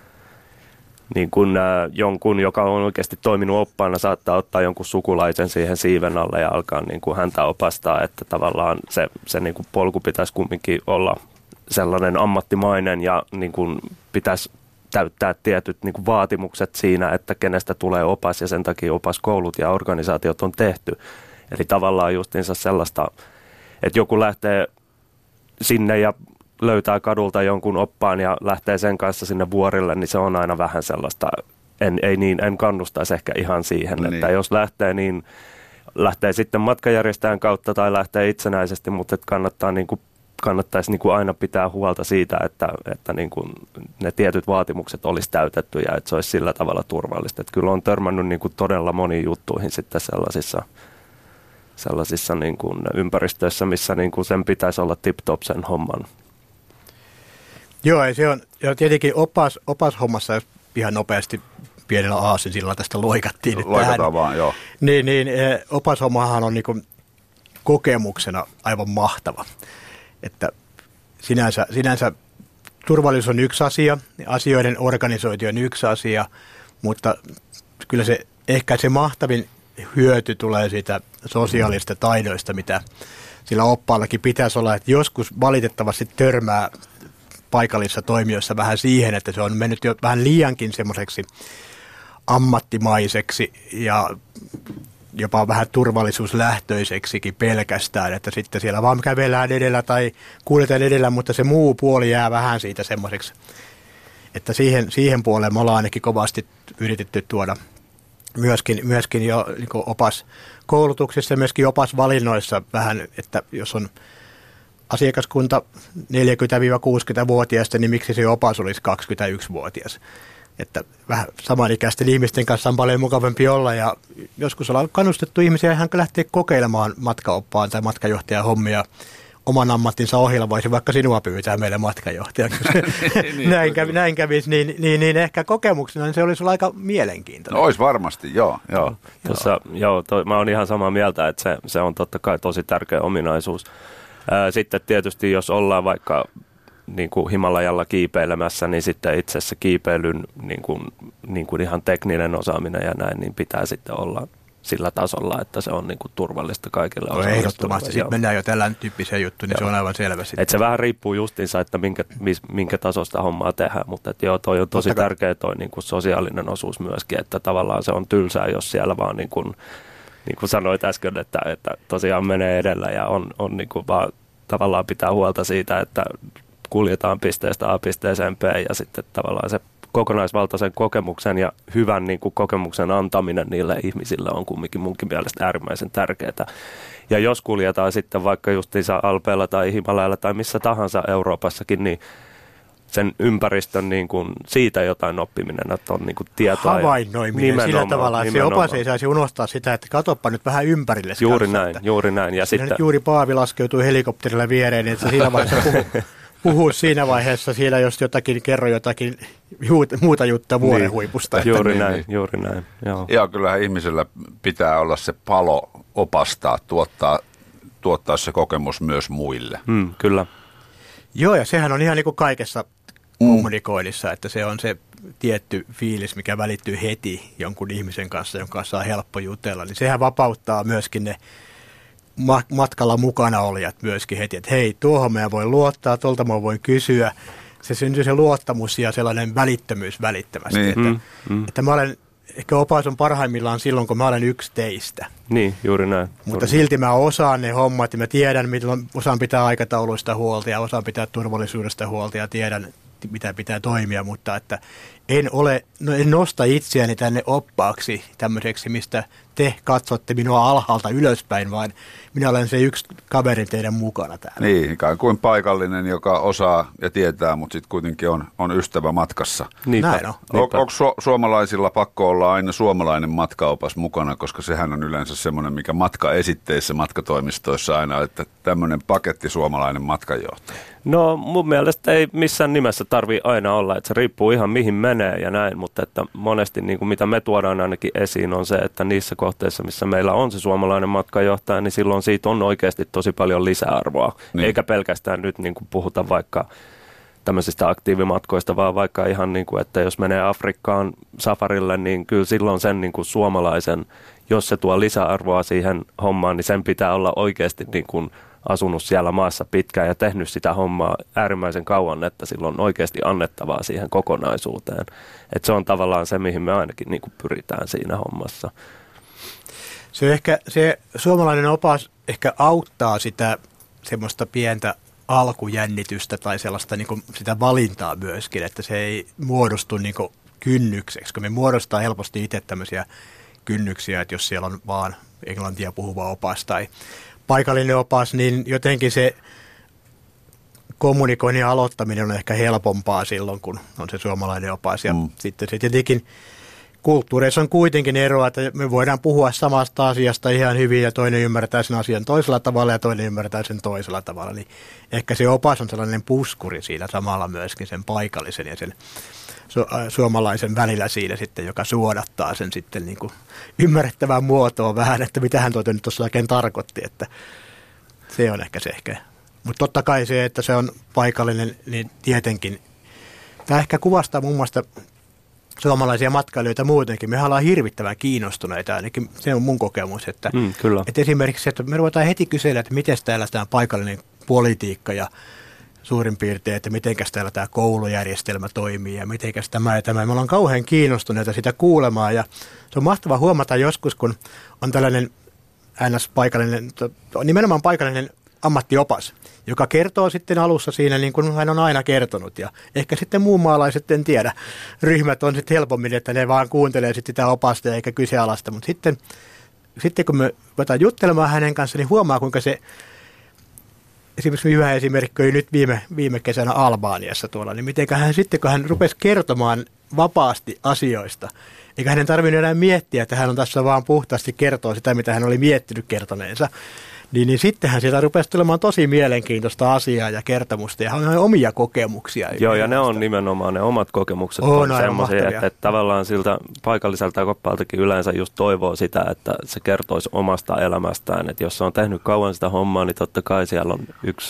niin kuin, ä, jonkun, joka on oikeasti toiminut oppaana, saattaa ottaa jonkun sukulaisen siihen siiven alle ja alkaa niin kuin häntä opastaa, että tavallaan se, se niin kuin polku pitäisi kumminkin olla sellainen ammattimainen ja niin kuin pitäisi täyttää tietyt niin kuin vaatimukset siinä, että kenestä tulee opas ja sen takia opaskoulut ja organisaatiot on tehty. Eli tavallaan justiinsa sellaista, että joku lähtee sinne ja löytää kadulta jonkun oppaan ja lähtee sen kanssa sinne vuorille, niin se on aina vähän sellaista, en, ei niin, en kannustaisi ehkä ihan siihen, niin. Että jos lähtee niin, lähtee sitten matkajärjestäjän kautta tai lähtee itsenäisesti, mutta että kannattaa niin kuin, kannattaisi niin kuin aina pitää huolta siitä, että, että niin kuin ne tietyt vaatimukset olisi täytetty ja että se olisi sillä tavalla turvallista. Että kyllä on törmännyt niin kuin todella moniin juttuihin sitten sellaisissa, sellaisissa niin kuin ympäristöissä, missä niin kuin sen pitäisi olla tip-top sen homman. Joo, ja se on ja tietenkin opas, opashommassa, jos ihan nopeasti pienellä aasinsilla tästä loikattiin. Loikataan vaan, joo. Niin, niin opashommahan on niin kuin kokemuksena aivan mahtava. Että sinänsä, sinänsä turvallisuus on yksi asia, asioiden organisointi on yksi asia, mutta kyllä se ehkä se mahtavin hyöty tulee siitä sosiaalista taidoista, mitä sillä oppaallakin pitäisi olla, että joskus valitettavasti törmää paikallisissa toimijoissa vähän siihen, että se on mennyt jo vähän liiankin semmoiseksi ammattimaiseksi ja jopa vähän turvallisuuslähtöiseksikin pelkästään, että sitten siellä vaan kävellään edellä tai kuljetaan edellä, mutta se muu puoli jää vähän siitä semmoiseksi, että siihen, siihen puoleen me ollaan ainakin kovasti yritetty tuoda myöskin, myöskin jo niin kuin opaskoulutuksessa ja myöskin opasvalinnoissa vähän, että jos on asiakaskunta neljäkymmentä-kuusikymmentävuotiaista, niin miksi se opas olisi kaksikymmentäyksivuotias? Että vähän samanikäisten ihmisten kanssa on paljon mukavampi olla ja joskus ollaan kannustettu ihmisiä ihan lähteä kokeilemaan matkaoppaan tai matkajohtajan hommia oman ammattinsa ohilla voisi vaikka sinua pyytää meille matkajohtajaksi. niin, näin, kävi, näin kävisi, niin, niin, niin ehkä kokemuksena niin se olisi ollut aika mielenkiintoinen. No, olisi varmasti, joo. joo. Tuossa, joo toi, mä oon ihan samaa mieltä, että se, se on totta kai tosi tärkeä ominaisuus. Ää, sitten tietysti jos ollaan vaikka niin kuin Himalajalla kiipeilemässä, niin sitten itse asiassa kiipeilyn niin kuin, niin kuin ihan tekninen osaaminen ja näin, niin pitää sitten olla sillä tasolla, että se on niin kuin turvallista kaikille osallistujille. Ehdottomasti. Sitten mennään jo tällä tyyppiseen juttuun, niin joo. Se on aivan selvä. Et se vähän riippuu justiinsa, että minkä, minkä tasosta hommaa tehdään, mutta et joo, toi on tosi Mutta tärkeä toi niin kuin sosiaalinen osuus myöskin, että tavallaan se on tylsää, jos siellä vaan niin kuin, niin kuin sanoit äsken, että, että tosiaan menee edellä ja on, on niin kuin vaan tavallaan pitää huolta siitä, että kuljetaan pisteestä A pisteeseen B ja sitten tavallaan se kokonaisvaltaisen kokemuksen ja hyvän niin kuin kokemuksen antaminen niille ihmisille on kumminkin munkin mielestä äärimmäisen tärkeää. Ja jos kuljetaan sitten vaikka justiinsa Alpeilla tai Himalajalla tai missä tahansa Euroopassakin, niin sen ympäristön niin kuin siitä jotain oppiminen, että on niin kuin tietoa. Havainnoiminen sillä tavalla, että se opas ei saisi unohtaa sitä, että katoppa nyt vähän ympärille. Juuri näin, että juuri näin. Ja sitten juuri Paavi laskeutui helikopterilla viereen, niin että se siinä vaiheessa puhuu. Puhuu siinä vaiheessa siellä, jos jotakin, kerro jotakin muuta juttua vuoren huipusta. Niin, juuri niin, näin, niin. juuri näin. Joo. Ja kyllähän ihmisellä pitää olla se palo opastaa, tuottaa, tuottaa se kokemus myös muille. Mm, kyllä. Joo, ja sehän on ihan niin kuin kaikessa mm. kommunikoinnissa, että se on se tietty fiilis, mikä välittyy heti jonkun ihmisen kanssa, jonka kanssa on helppo jutella. Niin sehän vapauttaa myöskin ne matkalla mukana olijat myöskin heti, että hei, tuohon mä voin luottaa, tuolta mä voin kysyä. Se syntyy se luottamus ja sellainen välittömyys välittömästi. Niin. Että, Mm, mm. että mä olen, ehkä opas on parhaimmillaan silloin, kun mä olen yksi teistä. Niin, juuri näin. Mutta juuri silti mä osaan ne hommat ja mä tiedän, milloin osaan pitää aikatauluista huolta ja osaan pitää turvallisuudesta huolta ja tiedän, mitä pitää toimia, mutta että en ole, no en nosta itseäni tänne oppaaksi tämmöiseksi, mistä te katsotte minua alhaalta ylöspäin, vaan minä olen se yksi kaveri teidän mukana täällä. Niin, ikään kuin paikallinen, joka osaa ja tietää, mutta sitten kuitenkin on, on ystävä matkassa. Niinpä, Näin on. On, onko su- suomalaisilla pakko olla aina suomalainen matkaopas mukana, koska sehän on yleensä semmoinen, mikä matkaesitteissä matkatoimistoissa aina, että tämmöinen paketti suomalainen matkanjohtaja. No mun mielestä ei missään nimessä tarvitse aina olla, että se riippuu ihan mihin menee ja näin, mutta että monesti niin kuin mitä me tuodaan ainakin esiin on se, että niissä kohteissa, missä meillä on se suomalainen matkanjohtaja, niin silloin siitä on oikeasti tosi paljon lisäarvoa, niin. Eikä pelkästään nyt niin kuin puhuta vaikka tämmöisistä aktiivimatkoista, vaan vaikka ihan niin kuin, että jos menee Afrikkaan safarille, niin kyllä silloin sen niin kuin suomalaisen, jos se tuo lisäarvoa siihen hommaan, niin sen pitää olla oikeasti niin kuin asunut siellä maassa pitkään ja tehnyt sitä hommaa äärimmäisen kauan, että silloin on oikeasti annettavaa siihen kokonaisuuteen. Et se on tavallaan se, mihin me ainakin niin kuin pyritään siinä hommassa. Se, ehkä, se suomalainen opas ehkä auttaa sitä semmoista pientä alkujännitystä tai sellaista niin kuin sitä valintaa myöskin, että se ei muodostu niin kuin kynnykseksi, kun me muodostaa helposti itse tämmöisiä kynnyksiä, että jos siellä on vaan englantia puhuva opas tai paikallinen opas, niin jotenkin se kommunikoinnin aloittaminen on ehkä helpompaa silloin, kun on se suomalainen opas. Ja mm. sitten se tietenkin kulttuureissa on kuitenkin eroa, että me voidaan puhua samasta asiasta ihan hyvin ja toinen ymmärtää sen asian toisella tavalla ja toinen ymmärtää sen toisella tavalla. Niin ehkä se opas on sellainen puskuri siinä samalla myöskin sen paikallisen ja sen su- suomalaisen välillä siinä sitten, joka suodattaa sen sitten niin kuin ymmärrettävään muotoon vähän, että mitä hän tuota nyt tuossa oikein tarkoitti, että se on ehkä se ehkä. Mutta totta kai se, että se on paikallinen, niin tietenkin. Tämä ehkä kuvastaa muun muassa suomalaisia matkailijoita muutenkin. Me ollaan hirvittävän kiinnostuneita, ainakin se on mun kokemus, että, mm, kyllä. että esimerkiksi, että me ruvetaan heti kysellä, että miten täällä tämä paikallinen politiikka ja suurin piirtein, että mitenkäs täällä tämä koulujärjestelmä toimii ja mitenkäs tämä ja tämä. Me ollaan kauhean kiinnostuneita sitä kuulemaan ja se on mahtava huomata joskus, kun on tällainen N S-paikallinen, nimenomaan paikallinen ammattiopas, joka kertoo sitten alussa siinä niin kuin hän on aina kertonut. Ja ehkä sitten muunmaalaiset, en tiedä, ryhmät on sitten helpommin, että ne vaan kuuntelee sitten sitä opasta eikä kyseenalaista. Mutta sitten, sitten kun me voidaan juttelemaan hänen kanssaan, niin huomaa kuinka se, esimerkiksi hyvä esimerkki oli nyt viime, viime kesänä Albaniassa tuolla, niin miten hän sitten, kun hän rupesi kertomaan vapaasti asioista, eikä hänen tarvinnut enää miettiä, että hän on tässä vaan puhtaasti kertoa sitä, mitä hän oli miettinyt kertoneensa, Niin, niin sittenhän sieltä rupesi tulemaan tosi mielenkiintoista asiaa ja kertomusta ja on omia kokemuksia. Joo, ja ne on nimenomaan ne omat kokemukset on, on semmoisia, että, että tavallaan siltä paikalliselta koppaaltakin yleensä just toivoo sitä, että se kertoisi omasta elämästään, että jos se on tehnyt kauan sitä hommaa, niin totta kai siellä on yksi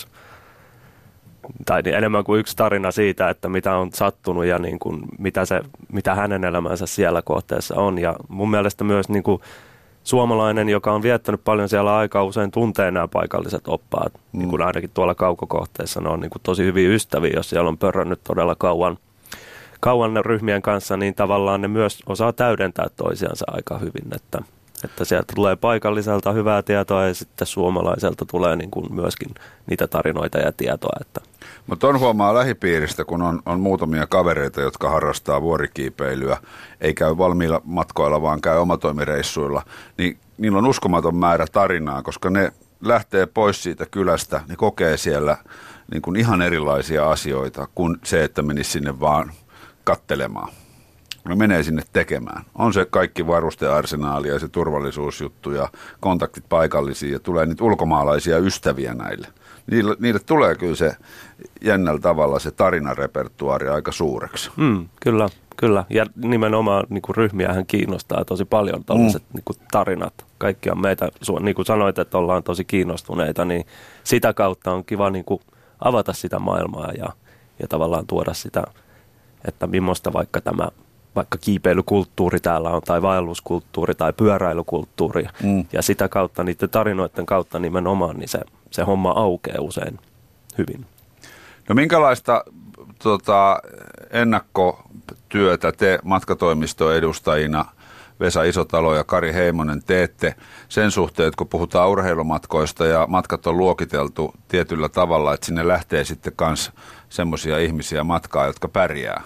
tai enemmän kuin yksi tarina siitä, että mitä on sattunut ja niin kuin mitä, se, mitä hänen elämänsä siellä kohteessa on. Ja mun mielestä myös niin kuin suomalainen, joka on viettänyt paljon siellä aikaa, usein tuntee nämä paikalliset oppaat. Mm. Niin kuin ainakin tuolla kaukokohteessa ne on niin kuin tosi hyviä ystäviä, jos siellä on pörrännyt todella kauan, kauan ne ryhmien kanssa, niin tavallaan ne myös osaa täydentää toisiansa aika hyvin. Että, että sieltä tulee paikalliselta hyvää tietoa ja sitten suomalaiselta tulee niin kuin myöskin niitä tarinoita ja tietoa. Että. Mutta on huomaa lähipiiristä, kun on, on muutamia kavereita, jotka harrastaa vuorikiipeilyä, ei käy valmiilla matkoilla, vaan käy omatoimireissuilla, niin niillä on uskomaton määrä tarinaa, koska ne lähtee pois siitä kylästä, ne kokee siellä niin kuin ihan erilaisia asioita kuin se, että menisi sinne vaan kattelemaan. Ne menee sinne tekemään. On se kaikki varustearsenaali ja se turvallisuusjuttu ja kontaktit paikallisiin ja tulee niitä ulkomaalaisia ystäviä näille. Niille, niille tulee kyllä se jännällä tavalla se tarinarepertuaari aika suureksi. Mm, kyllä, kyllä. Ja nimenomaan niin kuin ryhmiähän kiinnostaa tosi paljon tällaiset mm. niin kuin tarinat. Kaikki on meitä, niin kuin sanoit, että ollaan tosi kiinnostuneita, niin sitä kautta on kiva niin kuin avata sitä maailmaa ja, ja tavallaan tuoda sitä, että millaista vaikka tämä vaikka kiipeilykulttuuri täällä on, tai vaelluskulttuuri, tai pyöräilykulttuuri, mm. ja sitä kautta, niiden tarinoiden kautta nimenomaan, niin se, se homma aukeaa usein hyvin. No minkälaista tota, ennakkotyötä te matkatoimiston edustajina, Vesa Isotalo ja Kari Heimonen, teette sen suhteen, että kun puhutaan urheilumatkoista ja matkat on luokiteltu tietyllä tavalla, että sinne lähtee sitten myös semmoisia ihmisiä matkaa, jotka pärjää?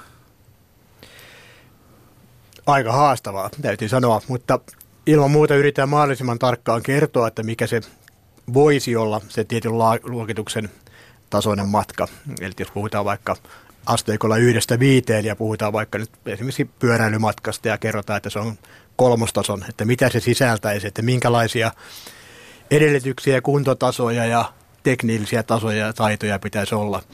Aika haastavaa, täytyy sanoa, mutta ilman muuta yritetään mahdollisimman tarkkaan kertoa, että mikä se voisi olla se tietyn luokituksen tasoinen matka. Eli jos puhutaan vaikka asteikolla yhdestä viiteen ja puhutaan vaikka nyt esimerkiksi pyöräilymatkasta ja kerrotaan, että se on kolmostason, että mitä se sisältäisi, että minkälaisia edellytyksiä, kuntotasoja ja teknillisiä tasoja ja taitoja pitäisi olla.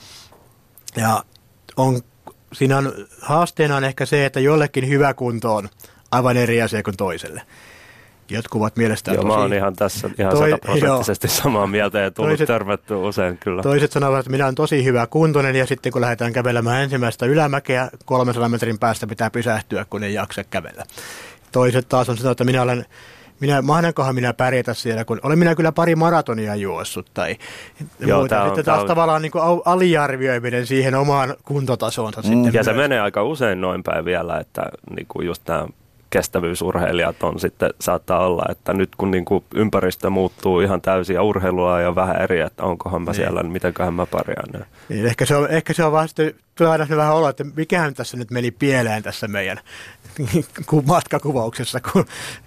Ja on Siinä on, haasteena on ehkä se, että jollekin hyvä kunto on aivan eri asia kuin toiselle. Jotkut ovat mielestään joo, tosi... Mä oon ihan tässä ihan toi, sataprosenttisesti samaa mieltä ja tullut törmättyä usein kyllä. Toiset sanovat, että minä olen tosi hyvä kuntoinen ja sitten kun lähdetään kävelemään ensimmäistä ylämäkeä, kolmesadan metrin päästä pitää pysähtyä, kun ei jaksa kävellä. Toiset taas on sanonut, että minä olen... Minä, mahdankohan minä pärjätä siellä, kun olen minä kyllä pari maratonia juossut tai joo, muuta. On, sitten taas on tavallaan niin kuin aliarvioiminen siihen omaan kuntotasoonsa. Mm. Sitten ja se menee aika usein noin päin vielä, että niin kuin just nämä kestävyysurheilijat on sitten, saattaa olla, että nyt kun niin kuin ympäristö muuttuu ihan täysin ja urheilua ja vähän eri, että onkohan mä niin siellä, niin mitenköhän mä pärjään. Niin, ehkä se on, ehkä se on vaan sitten, tulee aina vähän olo, että mikähän tässä nyt meni pieleen tässä meidän matkakuvauksessa, kun,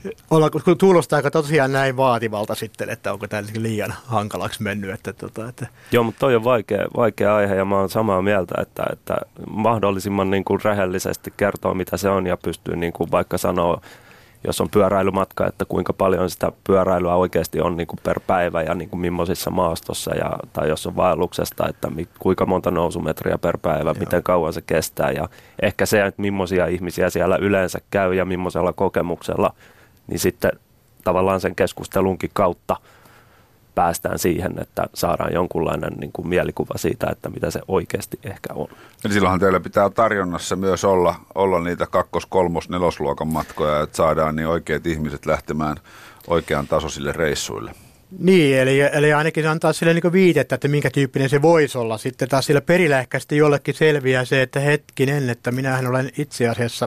kun tuulostaa aika tosiaan näin vaativalta sitten, että onko tämä liian hankalaksi mennyt. Että, tota, että. Joo, mutta toi on vaikea, vaikea aihe ja mä oon samaa mieltä, että, että mahdollisimman niin kuin rehellisesti kertoo, mitä se on ja pystyy niin kuin vaikka sanoa, jos on pyöräilymatka, että kuinka paljon sitä pyöräilyä oikeasti on niin kuin per päivä ja niin kuin millaisissa maastossa, ja, tai jos on vaelluksesta, että mi, kuinka monta nousumetriä per päivä, joo, miten kauan se kestää ja ehkä se, että millaisia ihmisiä siellä yleensä käy ja millaisella kokemuksella, niin sitten tavallaan sen keskustelunkin kautta päästään siihen, että saadaan jonkunlainen niin kuin mielikuva siitä, että mitä se oikeasti ehkä on. Eli silloinhan teillä pitää tarjonnassa myös olla, olla niitä kakkos-, kolmos-, nelosluokan matkoja, että saadaan niin oikeat ihmiset lähtemään oikean tasoisille reissuille. Niin, eli, eli ainakin antaa sille niin kuin viitettä, että minkä tyyppinen se voisi olla. Sitten taas sillä perillä ehkä sitten jollekin selviää se, että hetkinen, että minähän olen itse asiassa,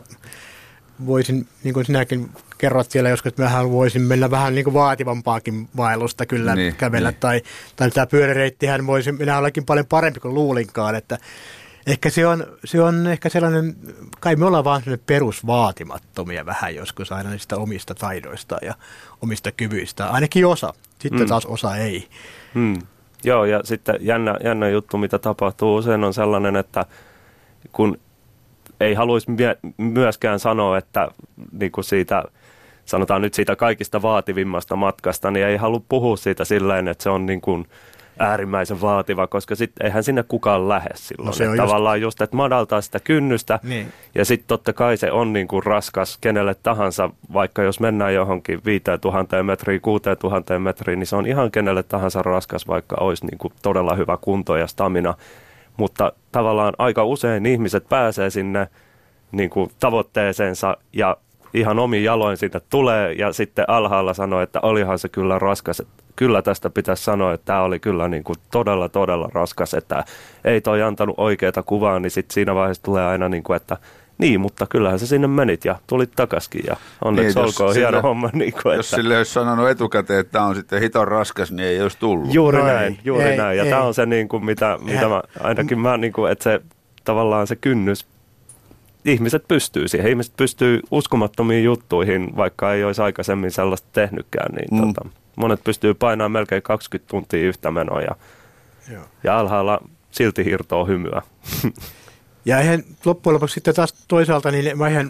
voisin, niin kuin sinäkin kerrot siellä joskus, että minähän voisin mennä vähän niin kuin vaativampaakin vaellusta kyllä niin, kävellä. Niin. Tai, tai tämä pyöräreittihän voisi, minä olenkin paljon parempi kuin luulinkaan, että ehkä se on, se on ehkä sellainen, kai me ollaan vaan sellainen perusvaatimattomia vähän joskus aina niistä omista taidoista ja omista kyvyistä. Ainakin osa, sitten mm. taas osa ei. Mm. Joo, ja sitten jännä, jännä juttu, mitä tapahtuu usein on sellainen, että kun ei haluaisi myöskään sanoa, että niin kuin siitä sanotaan nyt siitä kaikista vaativimmasta matkasta, niin ei halua puhua siitä silleen, että se on niin kuin äärimmäisen vaativa, koska sitten eihän sinne kukaan lähde silloin. No se on tavallaan just, että madaltaa sitä kynnystä niin. Ja sitten totta kai se on niin kuin raskas kenelle tahansa, vaikka jos mennään johonkin viisituhatta metriä, kuusituhatta metriä, niin se on ihan kenelle tahansa raskas, vaikka olisi niin kuin todella hyvä kunto ja stamina. Mutta tavallaan aika usein ihmiset pääsee sinne niin kuin tavoitteeseensa ja ihan omin jaloin sinne tulee ja sitten alhaalla sanoo, että olihan se kyllä raskas. Kyllä tästä pitäisi sanoa, että tämä oli kyllä niin kuin todella, todella raskas, että ei toi antanut oikeaa kuvaa, niin sitten siinä vaiheessa tulee aina niin kuin, että niin, mutta kyllähän sä sinne menit ja tulit takaskin ja onneksi niin, olkoon hieno sille, homma. Niin kuin, jos että sille olisi sanonut etukäteen, että tämä on sitten hiton raskas, niin ei olisi tullut. Juuri no näin, ei, juuri ei, näin. Ja tämä on se, niin kuin, mitä, mitä mä, ainakin mä, niin kuin, että se tavallaan se kynnys, ihmiset pystyy siihen. Ihmiset pystyy uskomattomiin juttuihin, vaikka ei olisi aikaisemmin sellaista tehnytkään. Niin mm. tota, monet pystyy painamaan melkein kaksikymmentä tuntia yhtä menoa ja, ja alhaalla silti hirtoo hymyä. Ja eihän loppujen lopuksi sitten taas toisaalta, niin eihän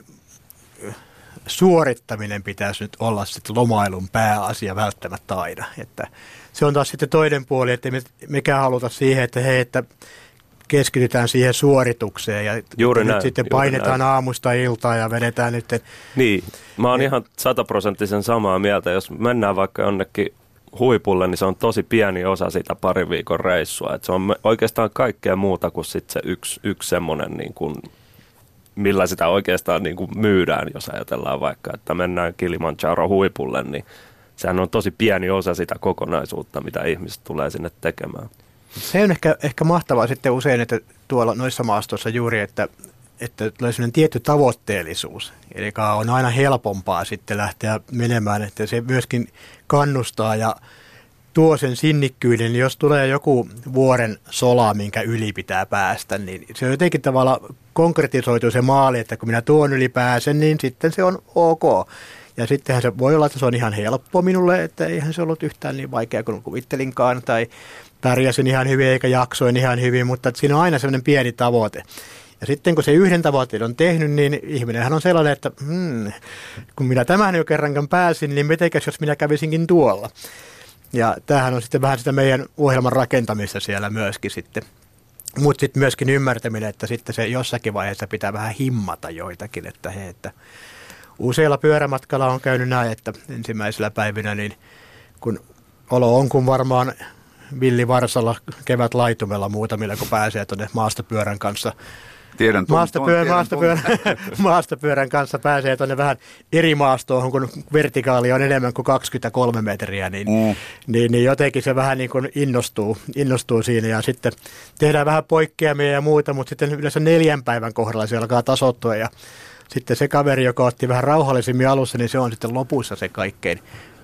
suorittaminen pitäisi nyt olla sitten lomailun pääasia välttämättä aina. Että se on taas sitten toinen puoli, että me, mekään haluta siihen, että hei, että keskitytään siihen suoritukseen ja juuri nyt näin, sitten painetaan näin. Aamusta iltaan ja vedetään nyt. Niin, mä oon ihan sataprosenttisen samaa mieltä. Jos mennään vaikka jonnekin huipulle, niin se on tosi pieni osa sitä parin viikon reissua. Et se on oikeastaan kaikkea muuta kuin sit se yksi, yksi semmoinen, niin kuin, millä sitä oikeastaan niin kuin myydään, jos ajatellaan vaikka, että mennään Kilimanjaro huipulle, niin sehän on tosi pieni osa sitä kokonaisuutta, mitä ihmiset tulee sinne tekemään. Se on ehkä, ehkä mahtavaa sitten usein, että tuolla noissa maastoissa juuri, että, että tulee sellainen tietty tavoitteellisuus. Eli on aina helpompaa sitten lähteä menemään, että se myöskin kannustaa ja tuo sen sinnikkyyden. Niin jos tulee joku vuoren sola, minkä yli pitää päästä, niin se on jotenkin tavalla konkretisoitu se maali, että kun minä tuon yli pääsen, niin sitten se on ok. Ja sittenhän se voi olla, että se on ihan helppo minulle, että eihän se ollut yhtään niin vaikea kuin kuvittelinkaan, tai pärjäsin ihan hyvin eikä jaksoin ihan hyvin, mutta siinä on aina sellainen pieni tavoite. Ja sitten kun se yhden tavoitteen on tehnyt, niin ihminenhän on sellainen, että hmm, kun minä tämän jo kerrankaan pääsin, niin mitenkäs jos minä kävisinkin tuolla. Ja tämähän on sitten vähän sitä meidän ohjelman rakentamista siellä myöskin sitten. Mutta sitten myöskin ymmärtäminen, että sitten se jossakin vaiheessa pitää vähän himmata joitakin, että hei, että useilla pyörämatkalla on käynyt näin, että ensimmäisellä päivinä, niin kun olo on kun varmaan villivarsalla kevät laitumella muutamilla, kun pääsee tuonne maastopyörän kanssa. Tiedän, tunt, maastopyörän, tunt, maastopyörän, tunt. maastopyörän kanssa pääsee tuonne vähän eri maastoon, kun vertikaali on enemmän kuin kaksikymmentäkolme metriä, niin, mm. niin, niin jotenkin se vähän niin kuin innostuu, innostuu siinä. Ja sitten tehdään vähän poikkeamia ja muuta, mutta sitten yleensä neljän päivän kohdalla se alkaa tasoittua. Ja sitten se kaveri, joka otti vähän rauhallisemmin alussa, niin se on sitten lopussa se kaikkein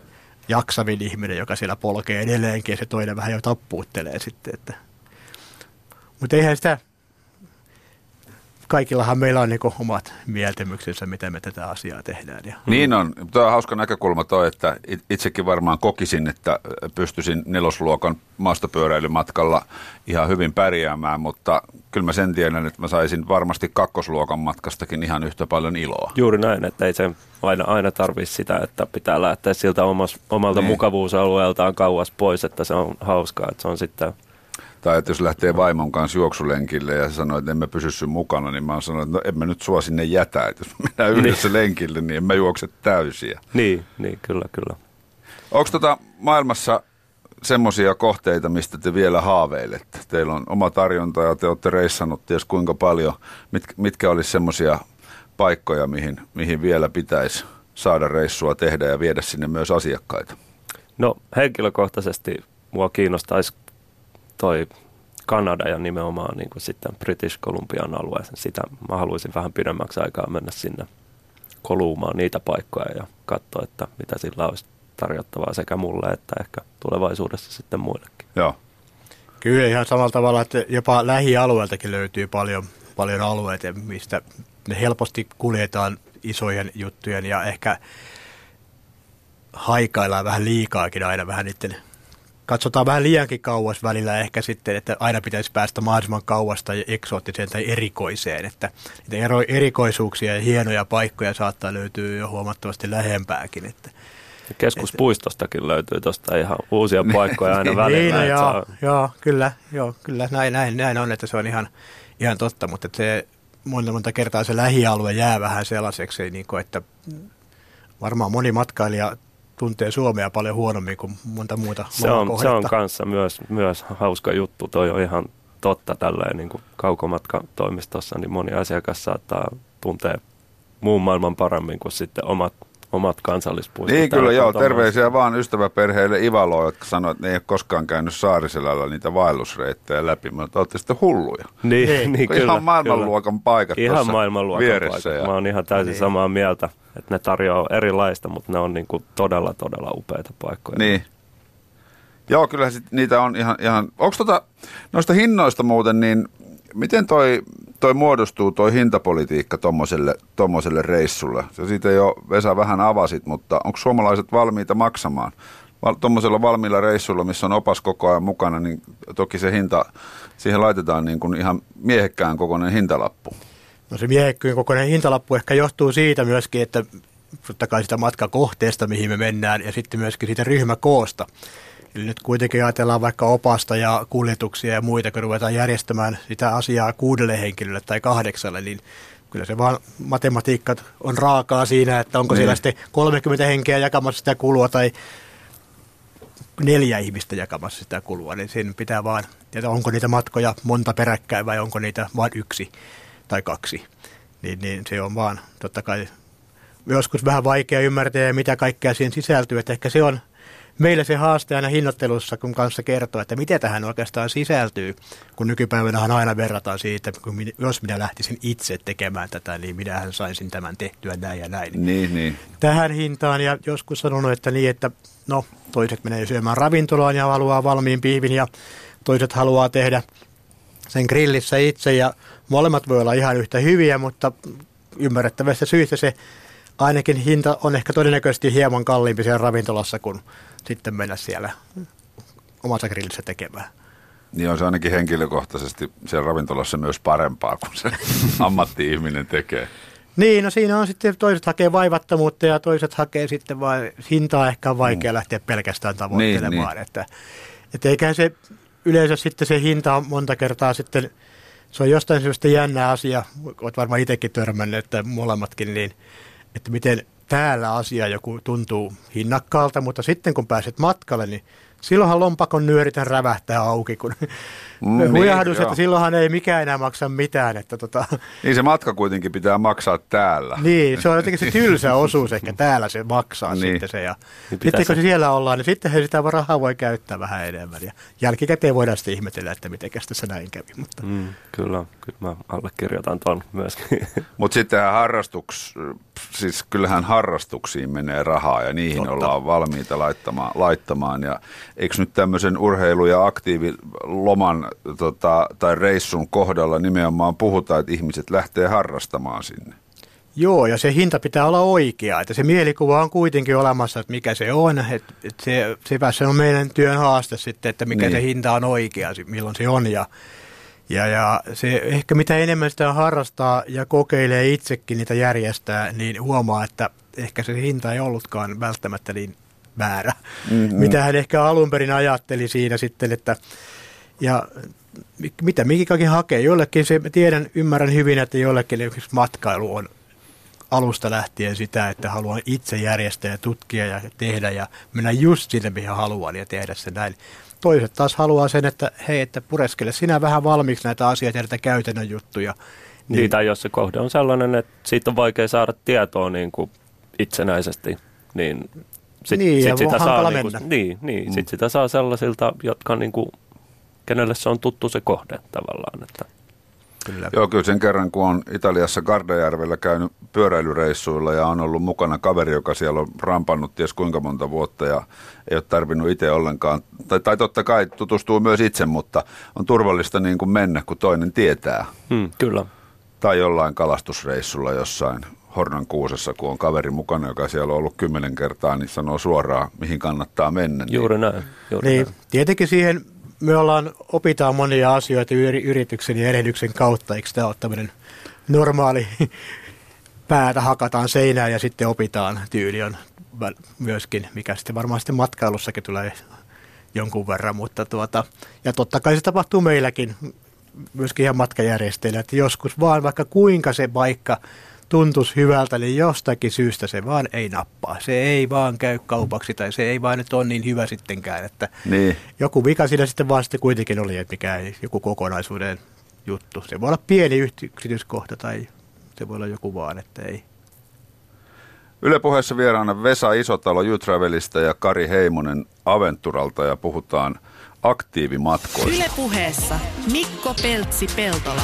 jaksavin ihminen, joka siellä polkee edelleenkin, ja se toinen vähän jo tappuuttelee sitten. Että. Mutta eihän sitä, kaikillahan meillä on niinku omat mieltymyksensä, miten me tätä asiaa tehdään. Ja. Niin on. Tuo on hauska näkökulma toi, että itsekin varmaan kokisin, että pystyisin nelosluokan maastopyöräilymatkalla ihan hyvin pärjäämään, mutta kyllä mä sen tiedän, että mä saisin varmasti kakkosluokan matkastakin ihan yhtä paljon iloa. Juuri näin, että ei se aina, aina tarvitse sitä, että pitää lähteä siltä omas, omalta niin. mukavuusalueeltaan kauas pois, että se on hauskaa, että se on sitten. Tai että jos lähtee vaimon kanssa juoksulenkille ja sanoo, että emme pysy sun mukana, niin mä oon sanonut, että no en mä nyt sua sinne jätä. Että jos mennään yhdessä niin. lenkille, niin en mä juokse täysiä. Niin, niin kyllä, kyllä. Onko tota maailmassa semmoisia kohteita, mistä te vielä haaveilette? Teillä on oma tarjonta ja te olette reissannut ties kuinka paljon. Mit, mitkä olisi semmoisia paikkoja, mihin, mihin vielä pitäisi saada reissua tehdä ja viedä sinne myös asiakkaita? No henkilökohtaisesti mua kiinnostaisi toi Kanada ja nimenomaan niin kuin sitten British Columbian alueeseen. Sitä mä haluaisin vähän pidemmäksi aikaa mennä sinne koluumaan niitä paikkoja ja katsoa, että mitä sillä olisi tarjottavaa sekä mulle että ehkä tulevaisuudessa sitten muillekin. Joo. Kyllä ihan samalla tavalla, että jopa lähialueeltakin löytyy paljon, paljon alueita, mistä me helposti kuljetaan isojen juttujen ja ehkä haikaillaan vähän liikaakin aina vähän niiden katsotaan vähän liiankin kauas välillä ehkä sitten, että aina pitäisi päästä mahdollisimman kauasta ja eksoottiseen tai erikoiseen, että niitä ero, erikoisuuksia ja hienoja paikkoja saattaa löytyä jo huomattavasti lähempääkin. Että, Keskuspuistostakin löytyy tuosta ihan uusia paikkoja aina välillä. Niin, no, joo, saa... joo, kyllä, joo, kyllä näin, näin, näin on, että se on ihan, ihan totta, mutta se monta, monta kertaa se lähialue jää vähän sellaiseksi, niin kuin, että varmaan moni matkailija tuntee Suomea paljon huonommin kuin monta muuta se on, se on kanssa myös, myös hauska juttu. Toi on ihan totta tälleen niin kuin kaukomatkatoimistossa, niin moni asiakas saattaa tuntea muun maailman paremmin kuin sitten omat, omat kansallispuistot. Niin kyllä joo, terveisiä vaan ystäväperheille Ivaloon, jotka sanoo, että ne ei ole koskaan käynyt Saariselällä niitä vaellusreittejä läpi, mutta olette sitten hulluja. Niin, niin, niin kyllä. Ihan maailmanluokan kyllä. Paikat ihan maailmanluokan vieressä. Paikat. Mä oon ihan täysin niin. samaa mieltä, että ne tarjoaa erilaista, mutta ne on niin kuin todella, todella upeita paikkoja. Niin. Joo, kyllä niitä on ihan, ihan... Onko tota, noista hinnoista muuten, niin miten toi, toi muodostuu toi hintapolitiikka tommoselle, tommoselle reissulle? Se siitä jo Vesa vähän avasit, mutta onko suomalaiset valmiita maksamaan? Val, tommosella valmiilla reissulla, missä on opas koko ajan mukana, niin toki se hinta, siihen laitetaan niin kuin ihan miehekkään kokoinen hintalappu. No se miehekkään kokoinen hintalappu ehkä johtuu siitä myöskin, että totta kai sitä matkakohteesta, mihin me mennään, ja sitten myöskin siitä ryhmäkoosta. Eli nyt kuitenkin ajatellaan vaikka opasta ja kuljetuksia ja muita, kun ruvetaan järjestämään sitä asiaa kuudelle henkilölle tai kahdeksalle, niin kyllä se vaan matematiikka on raakaa siinä, että onko mm. siellä sitten kolmekymmentä henkeä jakamassa sitä kulua tai neljä ihmistä jakamassa sitä kulua, niin siinä pitää vaan, että onko niitä matkoja monta peräkkäin vai onko niitä vain yksi tai kaksi, niin, niin se on vaan totta kai joskus vähän vaikea ymmärtää, mitä kaikkea siihen sisältyy, että ehkä se on meillä se haaste aina hinnoittelussa, kun kanssa kertoo, että mitä tähän oikeastaan sisältyy, kun nykypäivänähän aina verrataan siitä, että jos minä lähtisin itse tekemään tätä, niin minähän saisin tämän tehtyä näin ja näin. Niin, niin. Tähän hintaan ja joskus sanonut, että niin, että no toiset menee syömään ravintolaan ja haluaa valmiin piivin ja toiset haluaa tehdä sen grillissä itse ja molemmat voi olla ihan yhtä hyviä, mutta ymmärrettävästä syystä se ainakin hinta on ehkä todennäköisesti hieman kalliimpi siellä ravintolassa kuin sitten mennä siellä omassa grillissä tekemään. Niin on se ainakin henkilökohtaisesti siellä ravintolassa myös parempaa kuin se ammatti-ihminen tekee. Niin, no siinä on sitten toiset hakee vaivattomuutta ja toiset hakee sitten vain hintaa ehkä on vaikea mm. lähteä pelkästään tavoittelemaan. Niin, niin. Että, että eiköhän se yleensä sitten se hinta on monta kertaa sitten, se on jostain syystä jännä asia, olet varmaan itsekin törmännyt, että molemmatkin, niin että miten täällä asia joku tuntuu hinnakkaalta, mutta sitten kun pääset matkalle, niin silloinhan lompakon nyöritän rävähtää auki, kun mm, huijahdus, niin, että silloinhan ei mikään enää maksa mitään. Että tota... Niin se matka kuitenkin pitää maksaa täällä. Niin, se on jotenkin se tylsä osuus, ehkä täällä se maksaa niin. Sitten se. Ja niin sitten kun se siellä ollaan, niin sitten he sitä rahaa voi käyttää vähän enemmän. Ja jälkikäteen voidaan sitten ihmetellä, että miten tässä näin kävi. Mutta... Mm, kyllä, kyllä mä allekirjoitan ton myöskin. Mutta sittenhän harrastuks, siis kyllähän harrastuksiin menee rahaa ja niihin Totta. ollaan valmiita laittamaan, laittamaan ja eikö nyt tämmöisen urheilu- ja aktiiviloman tota, tai reissun kohdalla nimenomaan puhutaan, että ihmiset lähtee harrastamaan sinne? Joo, ja se hinta pitää olla oikea. Että se mielikuva on kuitenkin olemassa, että mikä se on. Että se, se on meidän työn haaste sitten, että mikä niin. se hinta on oikea, milloin se on. Ja, ja, ja se ehkä mitä enemmän sitä harrastaa ja kokeilee itsekin niitä järjestää, niin huomaa, että ehkä se hinta ei ollutkaan välttämättä niin väärä, mm-hmm. mitä hän ehkä alun perin ajatteli siinä sitten, että ja mitä mikäkin hakee. Jollekin se, tiedän, ymmärrän hyvin, että jollekin matkailu on alusta lähtien sitä, että haluan itse järjestää ja tutkia ja tehdä ja mennä just sinne, mihin haluan ja tehdä se näin. Toiset taas haluaa sen, että hei, että pureskele sinä vähän valmiiksi näitä asioita ja näitä käytännön juttuja. Niin, niin tai jos se kohde on sellainen, että siitä on vaikea saada tietoa niin kuin itsenäisesti, niin Sitten niin, sit sitä, saa, niin kuin, niin, niin, mm. sit sitä saa sellaisilta, jotka niin kuin, kenelle se on tuttu se kohde tavallaan. Että. Kyllä. Joo, kyllä sen kerran, kun on Italiassa Gardajärvellä käynyt pyöräilyreissuilla ja on ollut mukana kaveri, joka siellä on rampannut ties kuinka monta vuotta ja ei ole tarvinnut itse ollenkaan, tai, tai totta kai tutustuu myös itse, mutta on turvallista niin kuin mennä, kun toinen tietää. Hmm, kyllä. Tai jollain kalastusreissulla jossain Hornankuusessa, kun on kaveri mukana, joka siellä on ollut kymmenen kertaa, niin sanoo suoraan, mihin kannattaa mennä. Juuri näin. Juuri niin, näin. Tietenkin siihen me ollaan, opitaan monia asioita yrityksen ja erehdyksen kautta. Eikö tämä ole tämmöinen normaali päätä hakataan seinään ja sitten opitaan tyyli on myöskin, mikä sitten varmaan sitten matkailussakin tulee jonkun verran. Mutta tuota, ja totta kai se tapahtuu meilläkin myöskin ihan matkajärjestäjillä, että joskus vaan vaikka kuinka se paikka tuntuisi hyvältä, niin jostakin syystä se vaan ei nappaa. Se ei vaan käy kaupaksi tai se ei vaan nyt ole niin hyvä sittenkään, että niin. Joku vika siinä sitten vaan sitten kuitenkin oli, että mikä ei joku kokonaisuuden juttu. Se voi olla pieni yksityiskohta tai se voi olla joku vaan, että ei. Yle Puheessa vieraana Vesa Isotalo U-Travelista ja Kari Heimonen Aventuralta ja puhutaan aktiivimatkoista. Yle Puheessa Mikko Peltsi-Peltola.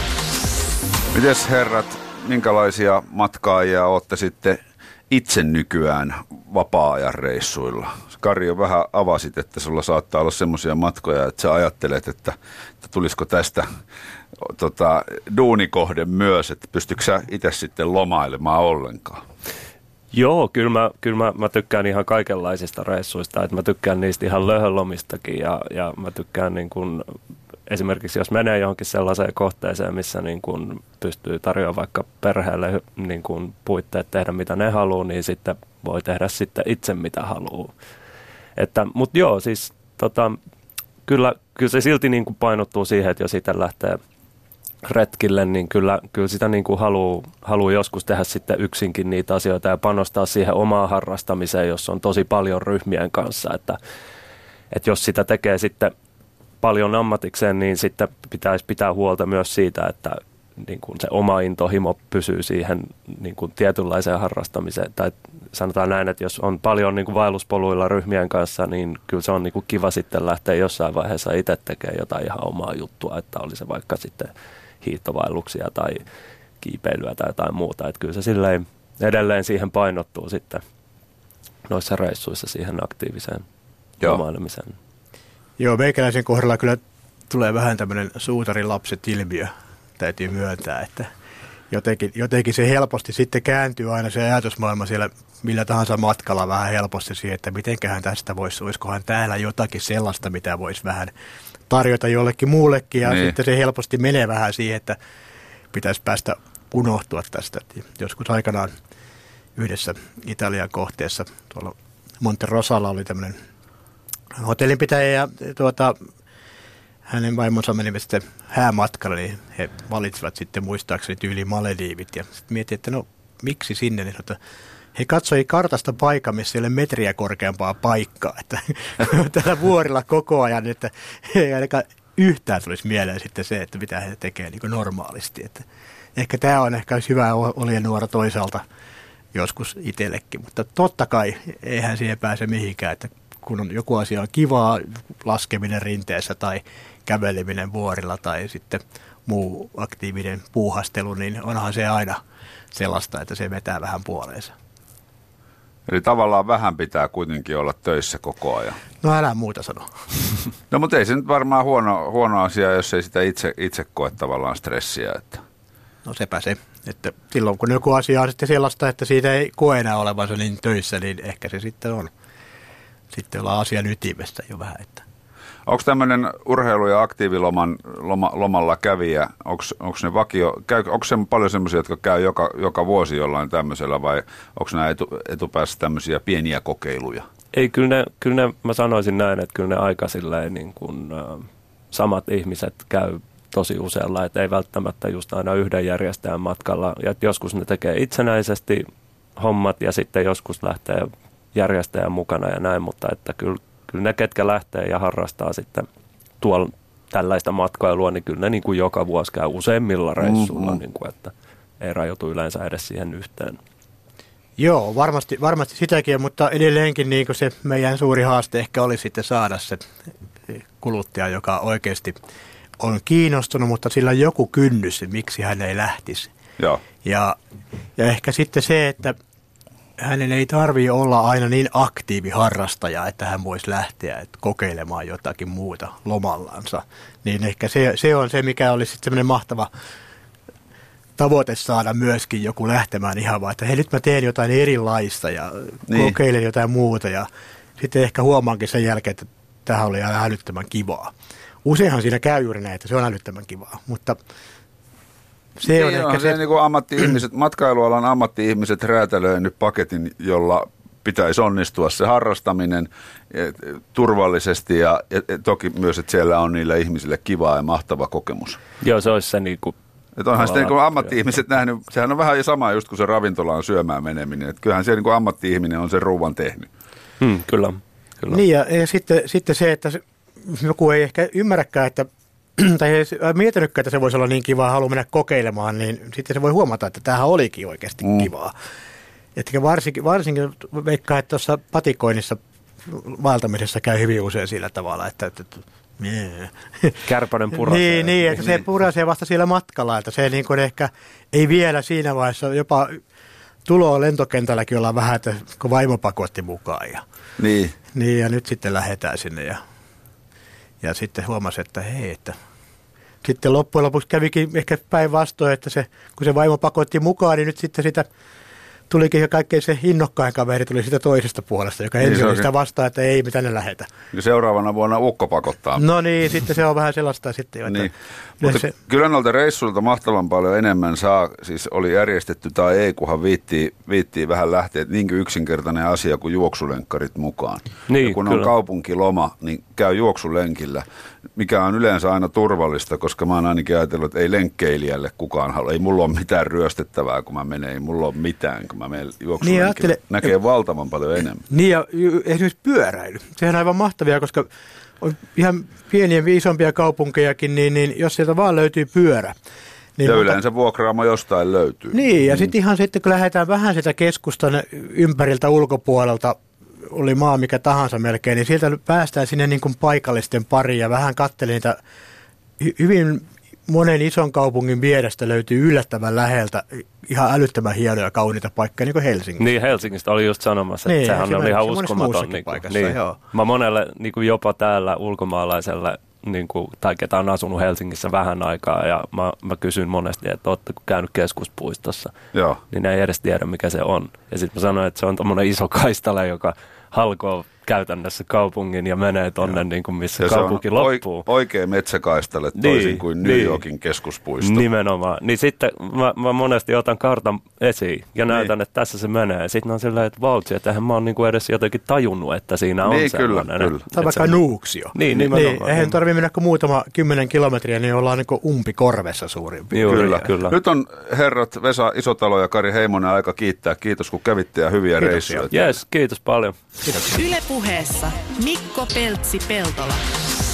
Mites herrat, minkälaisia matkaajia olette sitten itse nykyään vapaa-ajan reissuilla? Kari jo vähän avasit, että sulla saattaa olla semmoisia matkoja, että sä ajattelet, että, että tulisiko tästä tota, duunikohde myös, että pystytkö sä itse sitten lomailemaan ollenkaan? Joo, kyllä mä, kyllä mä, mä tykkään ihan kaikenlaisista reissuista, että mä tykkään niistä ihan löhölomistakin ja, ja mä tykkään niin kuin, esimerkiksi jos menee johonkin sellaiseen kohteeseen, missä niin kuin pystyy tarjoamaan vaikka perheelle niin kuin puitteet tehdä mitä ne haluaa, niin sitten voi tehdä sitten itse mitä haluaa. Että, mutta joo, siis tota, kyllä, kyllä se silti niin kuin painottuu siihen, että jos itse lähtee retkille, niin kyllä, kyllä sitä niin kuin haluaa, haluaa joskus tehdä sitten yksinkin niitä asioita ja panostaa siihen omaan harrastamiseen, jos on tosi paljon ryhmien kanssa. Että, että jos sitä tekee sitten paljon ammatikseen, niin sitten pitäisi pitää huolta myös siitä, että niin kuin se oma intohimo pysyy siihen niin kuin tietynlaiseen harrastamiseen. Tai sanotaan näin, että jos on paljon niin kuin vaelluspoluilla ryhmien kanssa, niin kyllä se on niin kuin kiva sitten lähteä jossain vaiheessa itse tekemään jotain ihan omaa juttua, että oli se vaikka sitten hiihtovaelluksia tai kiipeilyä tai jotain muuta. Että kyllä se silleen edelleen siihen painottuu sitten noissa reissuissa siihen aktiiviseen lomailemiseen. Joo, meikäläisen kohdalla kyllä tulee vähän tämmöinen suutarin lapset ilmiö, täytyy myöntää, että jotenkin, jotenkin se helposti sitten kääntyy aina se ajatusmaailma siellä millä tahansa matkalla vähän helposti siihen, että mitenköhän tästä voisi, olisikohan täällä jotakin sellaista, mitä voisi vähän tarjota jollekin muullekin ja niin. Sitten se helposti menee vähän siihen, että pitäisi päästä unohtua tästä. Joskus aikanaan yhdessä Italian kohteessa tuolla Monte Rosalla oli tämmöinen hotellinpitäjä ja tuota, hänen vaimonsa menivät sitten häämatkalle, niin he valitsivat sitten muistaakseni tyyliin Malediivit ja sitten mietin, että no miksi sinne, niin että he katsoi kartasta paikan, missä ei ole metriä korkeampaa paikkaa, että tällä vuorilla koko ajan, että ei ainakaan yhtään tulisi mieleen sitten se, että mitä he tekevät niin kuin normaalisti, että ehkä tämä on ehkä hyvä oljennuora toisaalta joskus itsellekin, mutta totta kai eihän siihen pääse mihinkään, että kun on joku asia on kivaa, laskeminen rinteessä tai käveleminen vuorilla tai sitten muu aktiivinen puuhastelu, niin onhan se aina sellaista, että se vetää vähän puoleensa. Eli tavallaan vähän pitää kuitenkin olla töissä koko ajan. No älä muuta sano. No mutta ei se nyt varmaan huono, huono asia, jos ei sitä itse, itse koe tavallaan stressiä. Että. No sepä se, että silloin kun joku asia on sitten sellaista, että siitä ei koe enää olevansa niin töissä, niin ehkä se sitten on. Sitten ollaan asian ytimessä jo vähän. Että. Onko tämmöinen urheilu- ja aktiiviloman loma, lomalla kävijä, onko ne vakio, käy, onko se paljon semmoisia, jotka käy joka, joka vuosi jollain tämmöisellä vai onko nämä etu, etupäässä tämmöisiä pieniä kokeiluja? Ei, kyllä ne, kyllä ne, mä sanoisin näin, että kyllä ne aika silleen niin kuin äh, samat ihmiset käy tosi usealla, että ei välttämättä just aina yhden järjestäjän matkalla. Ja joskus ne tekee itsenäisesti hommat ja sitten joskus lähtee järjestäjän mukana ja näin, mutta että kyllä, kyllä ne, ketkä lähtee ja harrastaa sitten tuolla tällaista matkailua, niin kyllä ne niin kuin joka vuosi käy useimmilla reissulla, mm-hmm. niin kuin, että ei rajoitu yleensä edes siihen yhteen. Joo, varmasti, varmasti sitäkin, mutta edelleenkin niin kuin se meidän suuri haaste ehkä oli sitten saada se kuluttaja, joka oikeasti on kiinnostunut, mutta sillä on joku kynnys, miksi hän ei lähtisi. Joo. Ja, ja ehkä sitten se, että hänen ei tarvitse olla aina niin aktiivi harrastaja, että hän voisi lähteä että kokeilemaan jotakin muuta lomallansa. Niin ehkä se, se on se, mikä olisi sitten semmoinen mahtava tavoite saada myöskin joku lähtemään ihan vaan, että hei nyt mä teen jotain erilaista ja niin. kokeilen jotain muuta ja sitten ehkä huomaankin sen jälkeen, että tämähän oli aina älyttömän kivaa. Useinhan siinä käy juuri näin, että se on älyttömän kivaa, mutta se niin on ehkä se... se niin kuin ammatti-ihmiset, matkailualan ammatti-ihmiset räätälöi nyt paketin, jolla pitäisi onnistua se harrastaminen turvallisesti ja, ja toki myös, että siellä on niillä ihmisille kiva ja mahtava kokemus. Joo, se olisi se niin kuin... Että onhan sitten niin ammatti-ihmiset nähnyt, sehän on vähän sama just kuin se ravintolaan syömään meneminen, että kyllähän siellä niin ammatti-ihminen on sen ruuan tehnyt. Hmm, kyllä, kyllä. Niin ja, ja sitten, sitten se, että joku ei ehkä ymmärräkään, että tai ei mietinytkään, että se voisi olla niin kivaa, haluaa mennä kokeilemaan, niin sitten se voi huomata, että tämähän olikin oikeasti mm. kivaa. Että varsinkin, varsinkin veikkaa, että tuossa patikoinnissa vaeltamisessa käy hyvin usein sillä tavalla, että... että yeah. Kärpänen purasee. niin, niin, että se purasee vasta siellä matkalla, että se niin kuin ehkä ei vielä siinä vaiheessa, jopa tuloa lentokentälläkin ollaan vähän, että kun vaimo pakotti mukaan. Ja, niin. niin. Ja nyt sitten lähdetään sinne ja, ja sitten huomasi, että hei, että... Sitten loppujen lopuksi kävikin ehkä päinvastoin, että se, kun se vaimo pakotti mukaan, niin nyt sitten sitä... Tulikin jo kaikkein se innokkain kaveri, tuli sitä toisesta puolesta, joka niin ensin oli sitä vastaan, että ei, me tänne lähetä. Ja seuraavana vuonna ukko pakottaa. No niin, sitten se on vähän sellaista sitten jo. Niin. Mutta se... kyllä noilta reissuilta mahtavan paljon enemmän saa, siis oli järjestetty tai ei, kunhan viittii, viittii vähän lähteä, että niinkin yksinkertainen asia kuin juoksulenkkarit mukaan. Niin, ja kun kyllä. on kaupunkiloma, niin käy juoksulenkillä, mikä on yleensä aina turvallista, koska mä oon ainakin ajatellut, että ei lenkkeilijälle kukaan halua. Ei mulla ole mitään ryöstettävää, kun mä menen, ei mulla ole mitään, kun mä menen juoksulenkillä. Niin, ajattele... Näkee valtavan paljon enemmän. Niin ja esimerkiksi pyöräily. Sehän on aivan mahtavia, koska on ihan pieniä ja isompia kaupunkejakin, niin, niin jos sieltä vaan löytyy pyörä. Niin ja yleensä vuokraamo jostain löytyy. Niin, ja mm. sitten ihan sitten, kun lähdetään vähän sitä keskustan ympäriltä ulkopuolelta, oli maa mikä tahansa melkein, niin sieltä päästään sinne niin kuin paikallisten pariin ja vähän katselin niitä hyvin monen ison kaupungin vierestä löytyy yllättävän läheltä ihan älyttömän hienoja kauniita paikkoja, niin kuin Helsingissä. Niin, Helsingistä oli just sanomassa, että niin, sehän on ihan uskomaton. Niin kuin, niin. Mä monelle niin kuin jopa täällä ulkomaalaiselle, niin kuin, tai ketä on asunut Helsingissä vähän aikaa, ja mä, mä kysyn monesti, että ootteko käynyt keskuspuistossa, Joo. niin ne ei edes tiedä, mikä se on. Ja sitten mä sanoin, että se on tommoinen iso kaistale, joka halkoo käytännössä kaupungin ja menee tonne, niin kuin missä ja kaupunki loppuu. Oikea metsäkaistale toisin niin, kuin New niin, Yorkin keskuspuisto. Nimenomaan. Niin sitten mä, mä monesti otan kartan esiin ja niin. näytän, että tässä se menee. Sitten on silleen, että vautsi, että eihän mä oon niinku edes jotenkin tajunnut, että siinä on niin, sellainen. Kyllä, kyllä. Tai vaikka Nuuksio. Niin, nimenomaan. Niin, eihän tarvitse mennä kuin muutama kymmenen kilometriä, niin ollaan niin kuin umpikorvessa suurin piirtein. Kyllä, kyllä. Nyt on herrat Vesa Isotalo ja Kari Heimonen aika kiittää. Kiitos kun kävitte ja hyviä reissuja. Yes, kiitos paljon. Kiitoksia. Yle Puheessa Mikko Peltsi-Peltola.